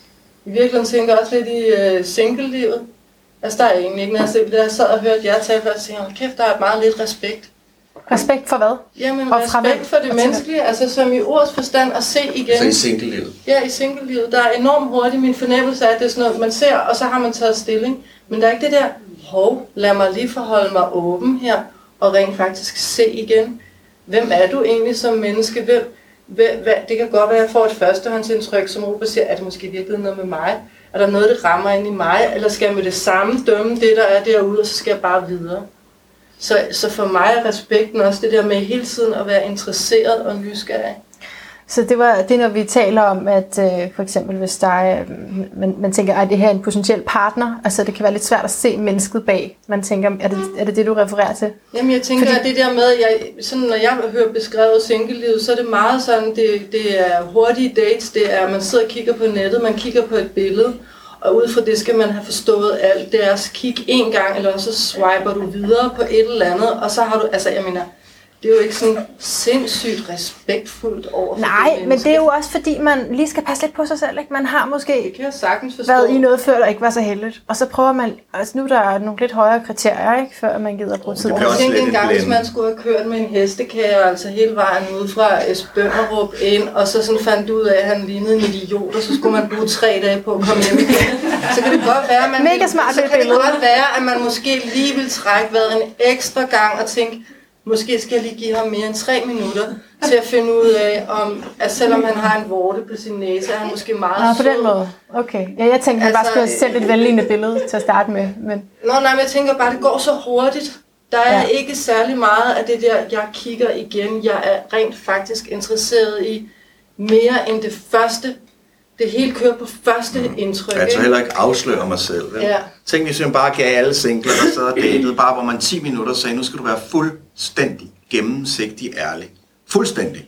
I virkeligheden tænker jeg også lidt i uh, single-livet. Altså, der er egentlig ikke, når jeg, jeg sad og hørte jer tale først, og tænkte, kæft, der er meget lidt respekt. Respekt for hvad? Jamen, og respekt for det menneskelige, altså som i ordets forstand at se igen. Så i single-livet? Ja, i single-livet. Der er enormt hurtigt min fornemmelse af, at det er sådan noget, man ser, og så har man taget stilling. Men der er ikke det der, hov, lad mig lige forholde mig åben her, og rent faktisk se igen. Hvem er du egentlig som menneske? Hvem, hvem, hvad, det kan godt være, at jeg får et førstehåndsindtryk, som Ruben siger, er det måske virkelig noget med mig? Er der noget, der rammer ind i mig? Eller skal jeg med det samme dømme det, der er derude, og så skal jeg bare videre? Så, så for mig er respekten også det der med hele tiden at være interesseret og nysgerrig. Så det var det, når vi taler om, at øh, for eksempel hvis der er, man, man tænker, at det her er en potentiel partner, altså det kan være lidt svært at se mennesket bag. Man tænker, er det er det, det du refererer til? Jamen jeg tænker, Fordi... at det der med, jeg, sådan, når jeg hører beskrevet single-livet, så er det meget sådan, det, det er hurtige dates, det er, man sidder og kigger på nettet, man kigger på et billede, og ud fra det skal man have forstået alt. Det er at kigge en gang, eller så swiper du videre på et eller andet, og så har du, altså jeg mener, det er jo ikke sådan sindssygt respektfuldt over for Nej, det men det er jo også fordi, man lige skal passe lidt på sig selv. Ikke? Man har måske det kan jeg sagtens forstå. været i noget før, der ikke var så heldigt. Og så prøver man, altså nu der er nogle lidt højere kriterier, ikke, før man gider at bruge tid på det. Jeg tænkte en gang, hvis man skulle have kørt med en hestekage, altså hele vejen ud fra Esbønderup ind, og så sådan fandt ud af, at han lignede en idiot, og så skulle man bruge tre dage på at komme hjem igen. Så kan det godt være, at man, Mega smart, så kan det godt være, at man måske lige vil trække vejret en ekstra gang og tænke, måske skal jeg lige give ham mere end tre minutter til at finde ud af, om, at selvom han har en vorte på sin næse, er han måske meget sød. Nå, på den måde. Okay. Ja, jeg tænkte, at altså, bare skulle have sendt et vellignende billede til at starte med. Men... Nå, nej, men jeg tænker bare, at det går så hurtigt. Der er ja. ikke særlig meget af det der, jeg kigger igen. Jeg er rent faktisk interesseret i mere end det første. Det hele kører på første mm. indtryk. Jeg tager heller ikke afsløre mig selv. Ja. Tænk, hvis jeg bare gav alle singler, der sad og datede, bare hvor man ti minutter sagde, nu skal du være fuldstændig gennemsigtig ærlig. Fuldstændig.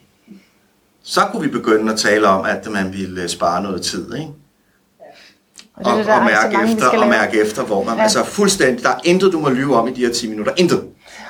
Så kunne vi begynde at tale om, at man ville spare noget tid, ikke? Og, og, det, der og, mærke, mange, efter, og mærke efter, hvor man... Ja. Altså fuldstændig, der er intet, du må lyve om i de her ti minutter. Intet.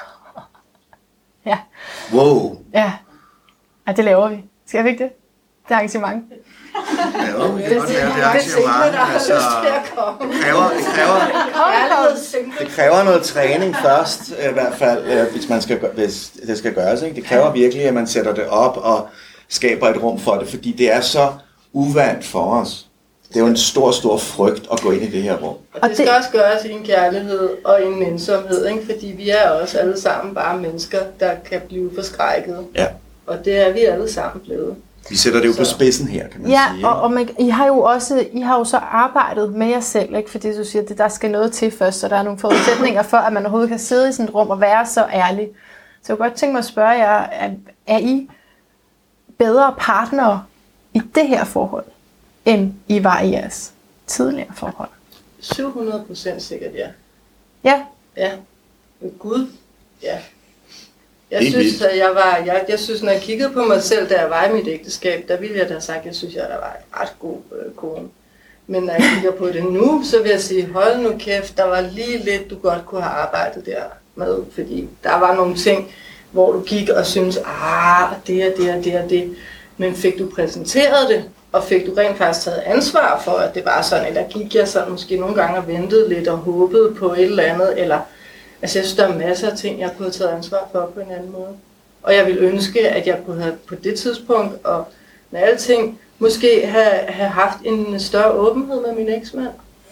Ja. Wow. Ja. Ja, det laver vi. Skal vi ikke det? Det er arrangement. Ja, vi kan godt lave det arrangement. Altså, det kræver, det kræver, det kræver noget træning først, i hvert fald, hvis, man skal, hvis det skal gøres. Ikke? Det kræver virkelig, at man sætter det op og skaber et rum for det, fordi det er så uvant for os. Det er jo en stor, stor frygt at gå ind i det her rum. Og det skal også gøres i en kærlighed og en ensomhed, ikke? Fordi vi er også alle sammen bare mennesker, der kan blive forskrækket. Ja. Og det er vi alle sammen blevet. Vi sætter det jo så på spidsen her, kan man ja, sige. Ja, og, og man, I har jo også I har jo så arbejdet med jer selv, ikke? Fordi du siger, at der skal noget til først, så der er nogle forudsætninger for, at man overhovedet kan sidde i sådan et rum og være så ærlig. Så jeg kunne godt tænke mig at spørge jer, er, er I bedre partnere i det her forhold, end I var i jeres tidligere forhold? syv hundrede procent sikkert, ja. Ja, Ja. Gud. Ja. Jeg Det er synes, vildt. at jeg var, jeg, jeg synes, når jeg kiggede på mig selv, da jeg var i mit ægteskab, der ville jeg da have sagt, at jeg synes, at jeg var en ret god øh, kone. Men når jeg kigger på det nu, så vil jeg sige, hold nu kæft, der var lige lidt, du godt kunne have arbejdet der med. Fordi der var nogle ting, hvor du gik og syntes, ah, det og det og det og det. Men fik du præsenteret det, og fik du rent faktisk taget ansvar for, at det var sådan, eller gik jeg sådan måske nogle gange og ventede lidt og håbede på et eller andet, eller altså jeg synes, der er masser af ting, jeg kunne have taget ansvar for på en anden måde. Og jeg ville ønske, at jeg kunne have på det tidspunkt, og med alting, måske have, have haft en større åbenhed med min eksmand.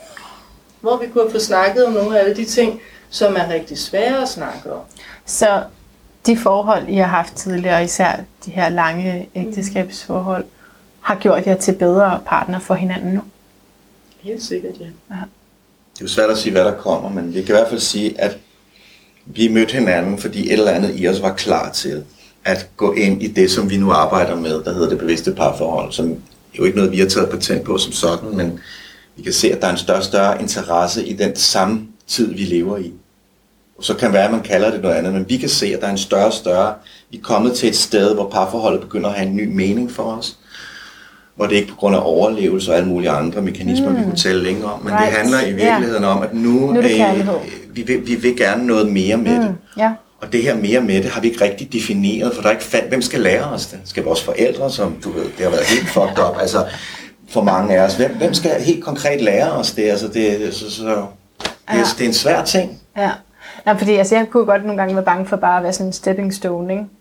Hvor vi kunne have fået snakket om nogle af alle de ting, som er rigtig svære at snakke om. Så de forhold, I har haft tidligere, især de her lange ægteskabsforhold, har gjort jer til bedre partner for hinanden nu? Helt sikkert, ja. Det er jo svært at sige, hvad der kommer, men vi kan i hvert fald sige, at vi mødte hinanden, fordi et eller andet i os var klar til at gå ind i det, som vi nu arbejder med, der hedder det bevidste parforhold, som jo ikke noget, vi har taget patent på som sådan, men vi kan se, at der er en større større interesse i den samme tid, vi lever i. Og så kan det være, at man kalder det noget andet, men vi kan se, at der er en større større, vi er kommet til et sted, hvor parforholdet begynder at have en ny mening for os, hvor det ikke på grund af overlevelse og alle mulige andre mekanismer, mm. vi kunne tælle længere om, men right. Det handler i virkeligheden yeah. om, at nu, nu er øh, vi, vil, vi vil gerne noget mere med mm. det. Yeah. Og det her mere med det har vi ikke rigtig defineret, for der er ikke fandt, hvem skal lære os det? Skal vores forældre, som du ved, det har været helt fucked up, altså for mange af os, hvem, hvem skal helt konkret lære os det? Altså det, så, så, det, er, ja. det er en svær ting. Ja, nej, fordi altså, jeg kunne godt nogle gange være bange for bare at være sådan en stepping stone, ikke?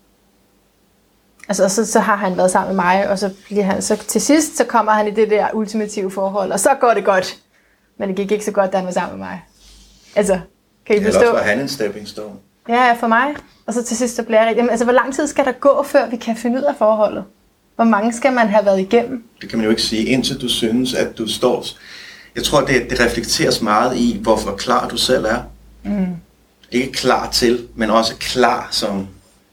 Altså, så, så har han været sammen med mig, og så bliver han, så til sidst, så kommer han i det der ultimative forhold, og så går det godt. Men det gik ikke så godt, da han var sammen med mig. Altså, kan I forstå? Eller også var han en stepping stone. Ja, for mig. Og så til sidst, så bliver jeg rigtig... Jamen, altså, hvor lang tid skal der gå, før vi kan finde ud af forholdet? Hvor mange skal man have været igennem? Det kan man jo ikke sige, indtil du synes, at du står... Jeg tror, det, det reflekteres meget i, hvorfor klar du selv er. Mm. Ikke klar til, men også klar som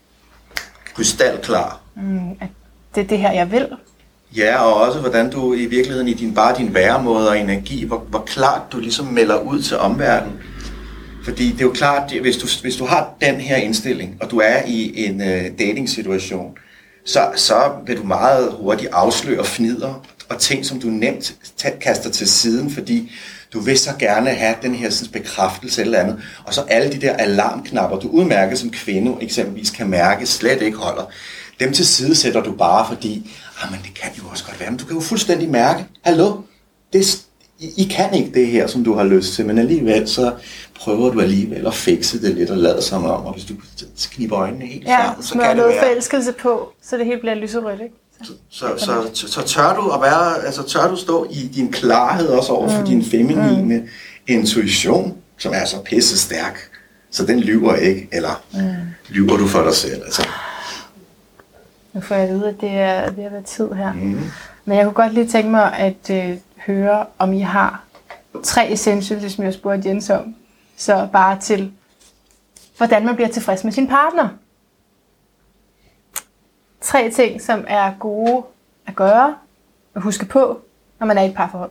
krystalklar. Mm, at det er det her, jeg vil. Ja, og også hvordan du i virkeligheden i din, bare din væremåde og energi, hvor, hvor klart du ligesom melder ud til omverdenen. Fordi det er jo klart, hvis du, hvis du har den her indstilling, og du er i en uh, dating-situation, så, så vil du meget hurtigt afsløre fnider og ting, som du nemt kaster til siden, fordi du vil så gerne have den her sådan, bekræftelse eller andet. Og så alle de der alarmknapper, du udmærker som kvinde eksempelvis kan mærke, slet ikke holder. Dem til side sætter du bare, fordi ah, men det kan jo også godt være, men du kan jo fuldstændig mærke, hallo, det, I, I kan ikke det her, som du har lyst til, men alligevel så prøver du alligevel at fikse det lidt og lade som om, og hvis du kniber øjnene helt ja, sammen, så kan det noget være... forelskelse på, så det hele bliver lyserødt, ikke? Så, så, så, så, så tør du at være, altså tør du stå i din klarhed også over for mm. din feminine mm. intuition, som er så pisse stærk, så den lyver ikke, eller mm. lyver du for dig selv, altså. Nu får jeg at vide, at det er ved at være tid her. Mm. Men jeg kunne godt lige tænke mig at øh, høre, om I har tre essentials, som jeg spurgte Jens om. Så bare til, hvordan man bliver tilfreds med sin partner. Tre ting, som er gode at gøre og huske på, når man er i et parforhold.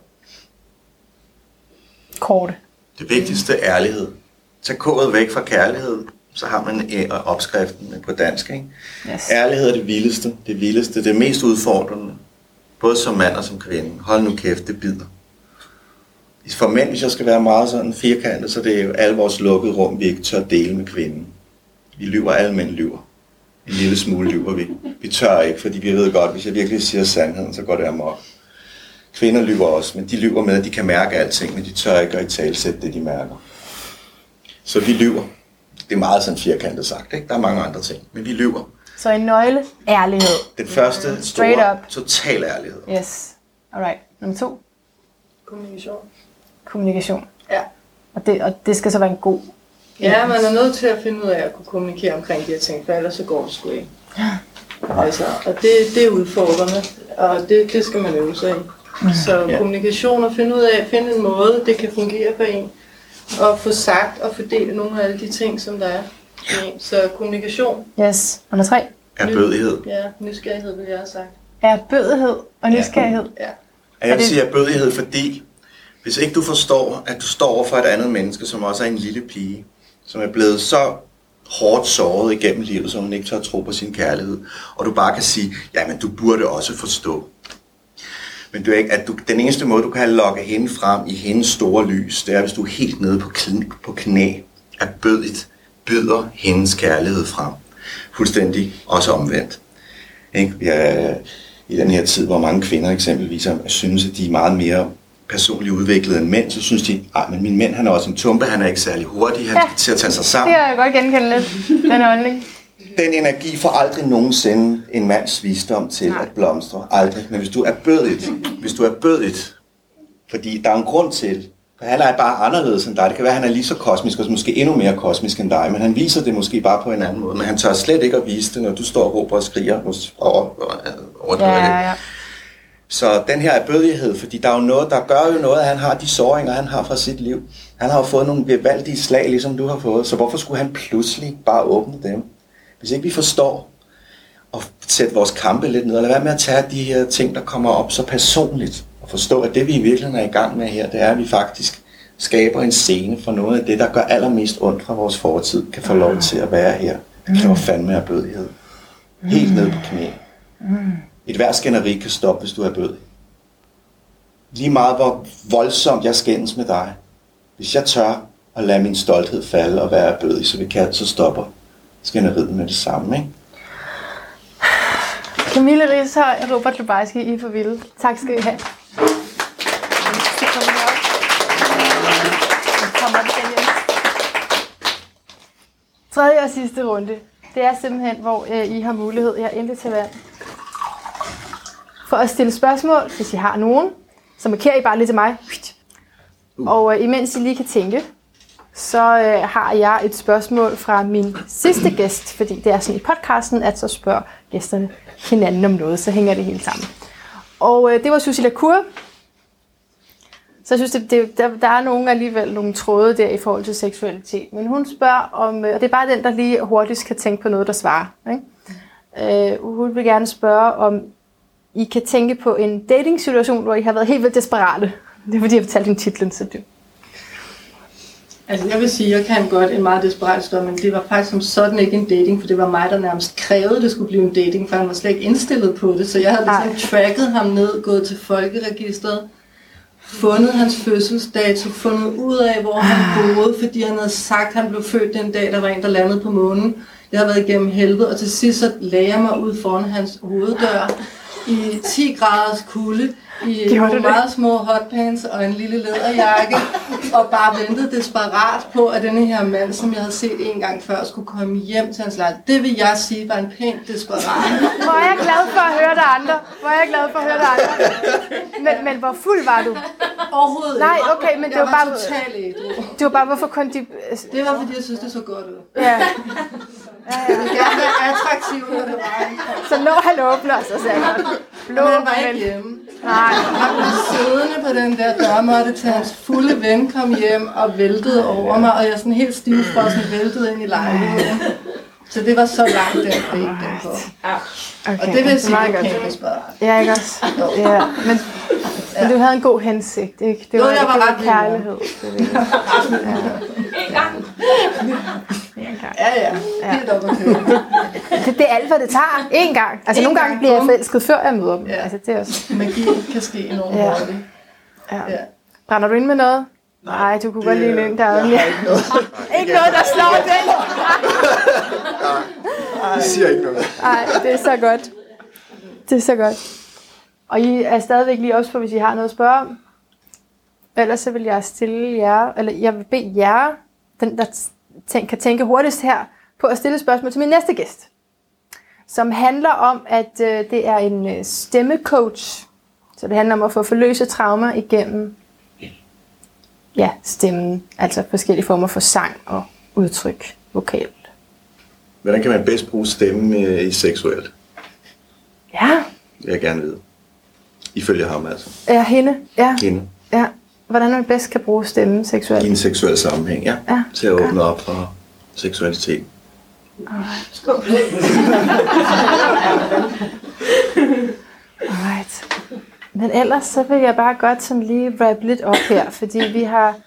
Korte. Det vigtigste er ærlighed. Tag kodet væk fra kærlighed, så har man opskriften på dansk. Ikke? Yes. Ærlighed er det vildeste, det vildeste, det mest udfordrende. Både som mand og som kvinde. Hold nu kæft, det bider. For mænd, hvis jeg skal være meget sådan firkantet, så det er jo alle vores lukkede rum, vi ikke tør dele med kvinden. Vi lyver, alle mænd lyver. En lille smule lyver vi. Vi tør ikke, fordi vi ved godt, hvis jeg virkelig siger sandheden, så går det amok. Kvinder lyver også, men de lyver med, at de kan mærke alting, men de tør ikke at italesætte det, de mærker. Så vi lyver. Det er meget sådan firkantet sagt, ikke? Der er mange andre ting, men vi lyver. Så en nøgle, ærlighed. Den første, mm. store, total ærlighed. Yes. Alright. Nummer to? Kommunikation. Kommunikation. Ja. Og det, og det skal så være en god... Ja, man er nødt til at finde ud af at kunne kommunikere omkring de her ting, for ellers så går det sgu ikke. Ja. Altså, og det, det er udfordrende, og det, det skal man øve sig i. Mm. Så ja. Kommunikation og finde ud af, finde en måde, det kan fungere for en, og få sagt og fordele nogle af alle de ting, som der er. Ja. Så kommunikation. Yes. Nummer tre? Erbødighed. Ja, nysgerrighed vil jeg have sagt. Erbødighed og nysgerrighed. Ja. Ja. Jeg vil sige erbødighed, fordi hvis ikke du forstår, at du står over for et andet menneske, som også er en lille pige, som er blevet så hårdt såret igennem livet, så hun ikke tør tro på sin kærlighed. Og du bare kan sige, jamen du burde også forstå. Men du er ikke, at du, den eneste måde, du kan lokke hende frem i hendes store lys, det er, hvis du er helt nede på, knæ, på knæ, at bødigt byder hendes kærlighed frem. Fuldstændig også omvendt. Ikke? Vi er i den her tid, hvor mange kvinder eksempelvis synes, at de er meget mere personligt udviklet end mænd, så synes de, at men min mænd han er også en tumpe, han er ikke særlig hurtig, han ja. skal til at tage sig sammen. Det har jeg godt genkendt lidt, den holdning. Den energi får aldrig nogensinde en mands visdom til Nej. At blomstre. Aldrig. Men hvis du er bødigt, hvis du er bødigt, fordi der er en grund til, for han er bare anderledes end dig. Det kan være, at han er lige så kosmisk, og måske endnu mere kosmisk end dig, men han viser det måske bare på en anden måde. Men han tør slet ikke at vise det, når du står og råber og skriger over, over ja, ja, ja. Så den her erbødighed, fordi der er jo noget, der gør jo noget, at han har de såringer, han har fra sit liv. Han har jo fået nogle gevaldige slag, ligesom du har fået, så hvorfor skulle han pludselig bare åbne dem? Hvis ikke vi forstår at sætte vores kampe lidt ned, eller være med at tage de her ting, der kommer op så personligt, og forstå, at det vi i virkeligheden er i gang med her, det er, at vi faktisk skaber en scene for noget af det, der gør allermest ondt fra vores fortid, kan få lov til at være her. Det kræver fandme af bødighed. Helt ned på knæ. Et hver skænderi kan stoppe, hvis du er bødig. Lige meget hvor voldsomt jeg skændes med dig. Hvis jeg tør at lade min stolthed falde og være bødig, så vi kan, så stopper skænderiet med det samme, ikke? Camille Rishøj og Robert Lubajski, I er for vilde. Tak skal I have. Tredje og sidste runde. Det er simpelthen, hvor øh, I har mulighed, jeg endelig til vand, for at stille spørgsmål, hvis I har nogen. Så markerer I bare lidt til mig. Og øh, imens I lige kan tænke, så øh, har jeg et spørgsmål fra min sidste gæst, fordi det er sådan i podcasten, at så spørger gæsterne hinanden om noget, så hænger det hele sammen. Og øh, det var Susie Lacour. Så jeg synes, det, det, der, der er nogle alligevel nogle tråde der i forhold til seksualitet. Men hun spørger om, og det er bare den, der lige hurtigt kan tænke på noget, der svarer. Ikke? Øh, hun vil gerne spørge, om I kan tænke på en dating-situation, hvor I har været helt vildt desperate. Det er fordi, jeg fortalte din titlen, så det. Altså jeg vil sige, jeg kan godt en meget desperat stå, men det var faktisk som sådan ikke en dating, for det var mig, der nærmest krævede, at det skulle blive en dating, for han var slet ikke indstillet på det. Så jeg havde ligesom tracket ham ned, gået til folkeregisteret, fundet hans fødselsdato, fundet ud af, hvor han boede, fordi han havde sagt, at han blev født den dag, der var en, der landede på månen. Jeg har været igennem helvede, og til sidst så lagde jeg mig ud foran hans hoveddør i ti graders kulde, i nogle meget små hotpants og en lille læderjakke, og bare ventede desperat på, at denne her mand, som jeg havde set en gang før, skulle komme hjem til hans lejlighed. Det vil jeg sige var en pænt desperat. Hvor er jeg glad for at høre det andre. Hvor er jeg glad for at høre det andre. Men, men hvor fuld var du? Overhovedet ikke. Nej, okay, men det jeg var, var bare... totalt ædru. Det var bare, hvorfor kun de... Det var, fordi jeg synes, det så godt ud. Ja. Ja, ja. Jeg vil gerne være attraktiv, når det var. Så når han åbner, så sagde han, blå, men han var ikke hjemme. Nej. Han blev siddende på den der dørmåtte til hans fulde ven kom hjem og væltede over mig, og jeg sådan helt stivfrossen væltede ind i lejligheden. Så det var så langt den date, den på. Ja. Okay. Og det vil jeg sige, at det kan spørge. Ja, ikke også? Ja. Men, ja. Men du havde en god hensigt, ikke? Det var, jo, jeg var ikke ret kærlighed. En gang. Ja, ja. Helt op at køre. Det, det er alt, hvad det tager. En gang. Altså, en nogle gange bliver jeg forelsket, før jeg møder dem. Ja. Altså, det er også... Magi kan ske enormt ja. hurtigt. Ja. Ja. Brænder du ind med noget? Nej, du kunne det, godt lide en, der er ikke noget. Ikke noget, der slår den. Nej, det siger ikke noget. Nej, det er så godt. Det er så godt. Og I er stadigvæk lige også på, hvis I har noget at spørge om. Ellers så vil jeg stille jer, eller jeg vil bede jer, den der tænk, kan tænke hurtigst her, på at stille spørgsmål til min næste gæst. Som handler om, at øh, det er en øh, stemmecoach. Så det handler om at få forløse traumer igennem ja, stemmen. Altså forskellige former for sang og udtryk vokalt. Hvordan kan man bedst bruge stemme i seksuelt? Ja. Det vil jeg gerne vide. Ifølge ham altså. Ja, hende. Ja. Hende. Ja. Hvordan man bedst kan bruge stemmen seksuelt. I en seksuel sammenhæng, ja. ja. Til at åbne op for seksualitet. Alright. Alright. Men ellers så vil jeg bare godt sådan lige wrap lidt op her, fordi vi har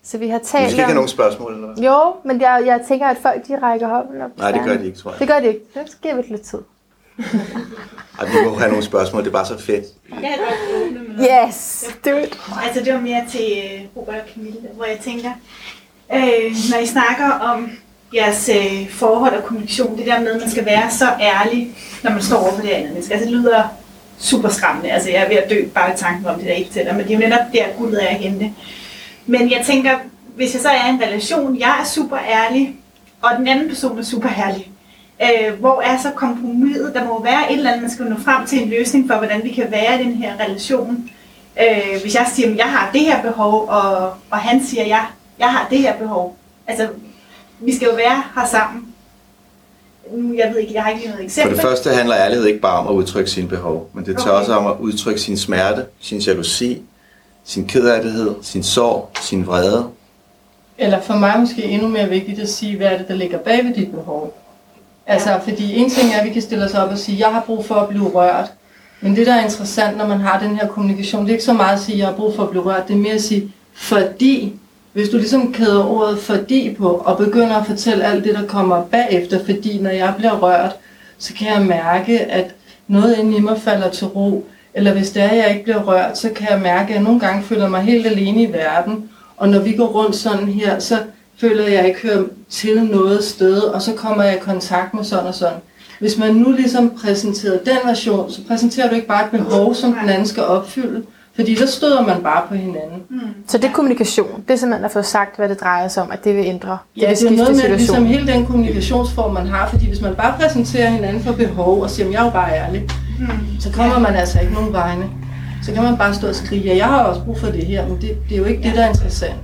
Så vi har Vi talt skal ikke have om... nogen spørgsmål, eller hvad? Jo, men jeg, jeg tænker, at folk de rækker hånden op. Nej, det gør de ikke, tror jeg. Det gør de ikke. Så giver vi det lidt tid. Ej, vi må have nogle spørgsmål, det er bare så fedt. Jeg kan godt åbne med. Yes, do it. Altså det var mere til uh, Robert og Camille, hvor jeg tænker, øh, når I snakker om jeres øh, forhold og kommunikation, det der med, at man skal være så ærlig, når man står over for det andet menneske. Altså det lyder super skræmmende. Altså jeg er ved at dø bare i tanken om det, der ikke tæller, men det er jo netop der guldet er at hente. Men jeg tænker, hvis jeg så er i en relation, jeg er super ærlig, og den anden person er super ærlig. Øh, hvor er så kompromiset? Der må være et eller andet, man skal nå frem til en løsning for, hvordan vi kan være i den her relation. Øh, hvis jeg siger, at jeg har det her behov, og, og han siger, at jeg, jeg har det her behov. Altså, vi skal jo være her sammen. Nu, jeg ved ikke, jeg har ikke lige noget eksempel. For det første handler ærlighed ikke bare om at udtrykke sine behov, men det tager Okay. også om at udtrykke sin smerte, sin jalousi, sin kederlighed, sin sorg, sin vrede. Eller for mig måske endnu mere vigtigt at sige, hvad er det, der ligger bag ved dit behov. Altså, fordi en ting er, at vi kan stille os op og sige, jeg har brug for at blive rørt. Men det, der er interessant, når man har den her kommunikation, det er ikke så meget at sige, jeg har brug for at blive rørt. Det er mere at sige, fordi, hvis du ligesom kæder ordet fordi på, og begynder at fortælle alt det, der kommer bagefter, fordi når jeg bliver rørt, så kan jeg mærke, at noget inde i mig falder til ro. Eller hvis det er, at jeg ikke bliver rørt, så kan jeg mærke, at jeg nogle gange føler mig helt alene i verden. Og når vi går rundt sådan her, så føler jeg, at jeg ikke hører til noget sted, og så kommer jeg i kontakt med sådan og sådan. Hvis man nu ligesom præsenterer den version, så præsenterer du ikke bare et behov, som den anden skal opfylde, fordi så støder man bare på hinanden. Mm. Så det er kommunikation. Det er simpelthen at få sagt, hvad det drejer sig om, at det vil ændre. Det Ja, vil det er noget skifte med ligesom situationen. hele den kommunikationsform, man har, fordi hvis man bare præsenterer hinanden for behov og siger, at jeg er jo bare ærlig, Mm. så kommer man altså ikke nogen vegne. Så kan man bare stå og skrige, ja, jeg har også brug for det her, men det, det er jo ikke det, der er interessant.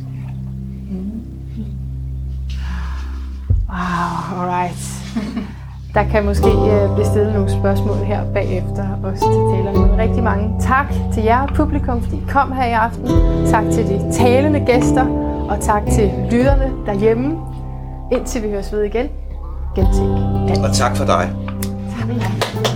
Wow, alright. Der kan måske øh, blive stillet nogle spørgsmål her bagefter, også til talerne. Men rigtig mange tak til jer publikum, fordi I kom her i aften. Tak til de talende gæster, og tak til lytterne derhjemme. Indtil vi høres ved igen, gentænk alt. Og tak for dig. Tak.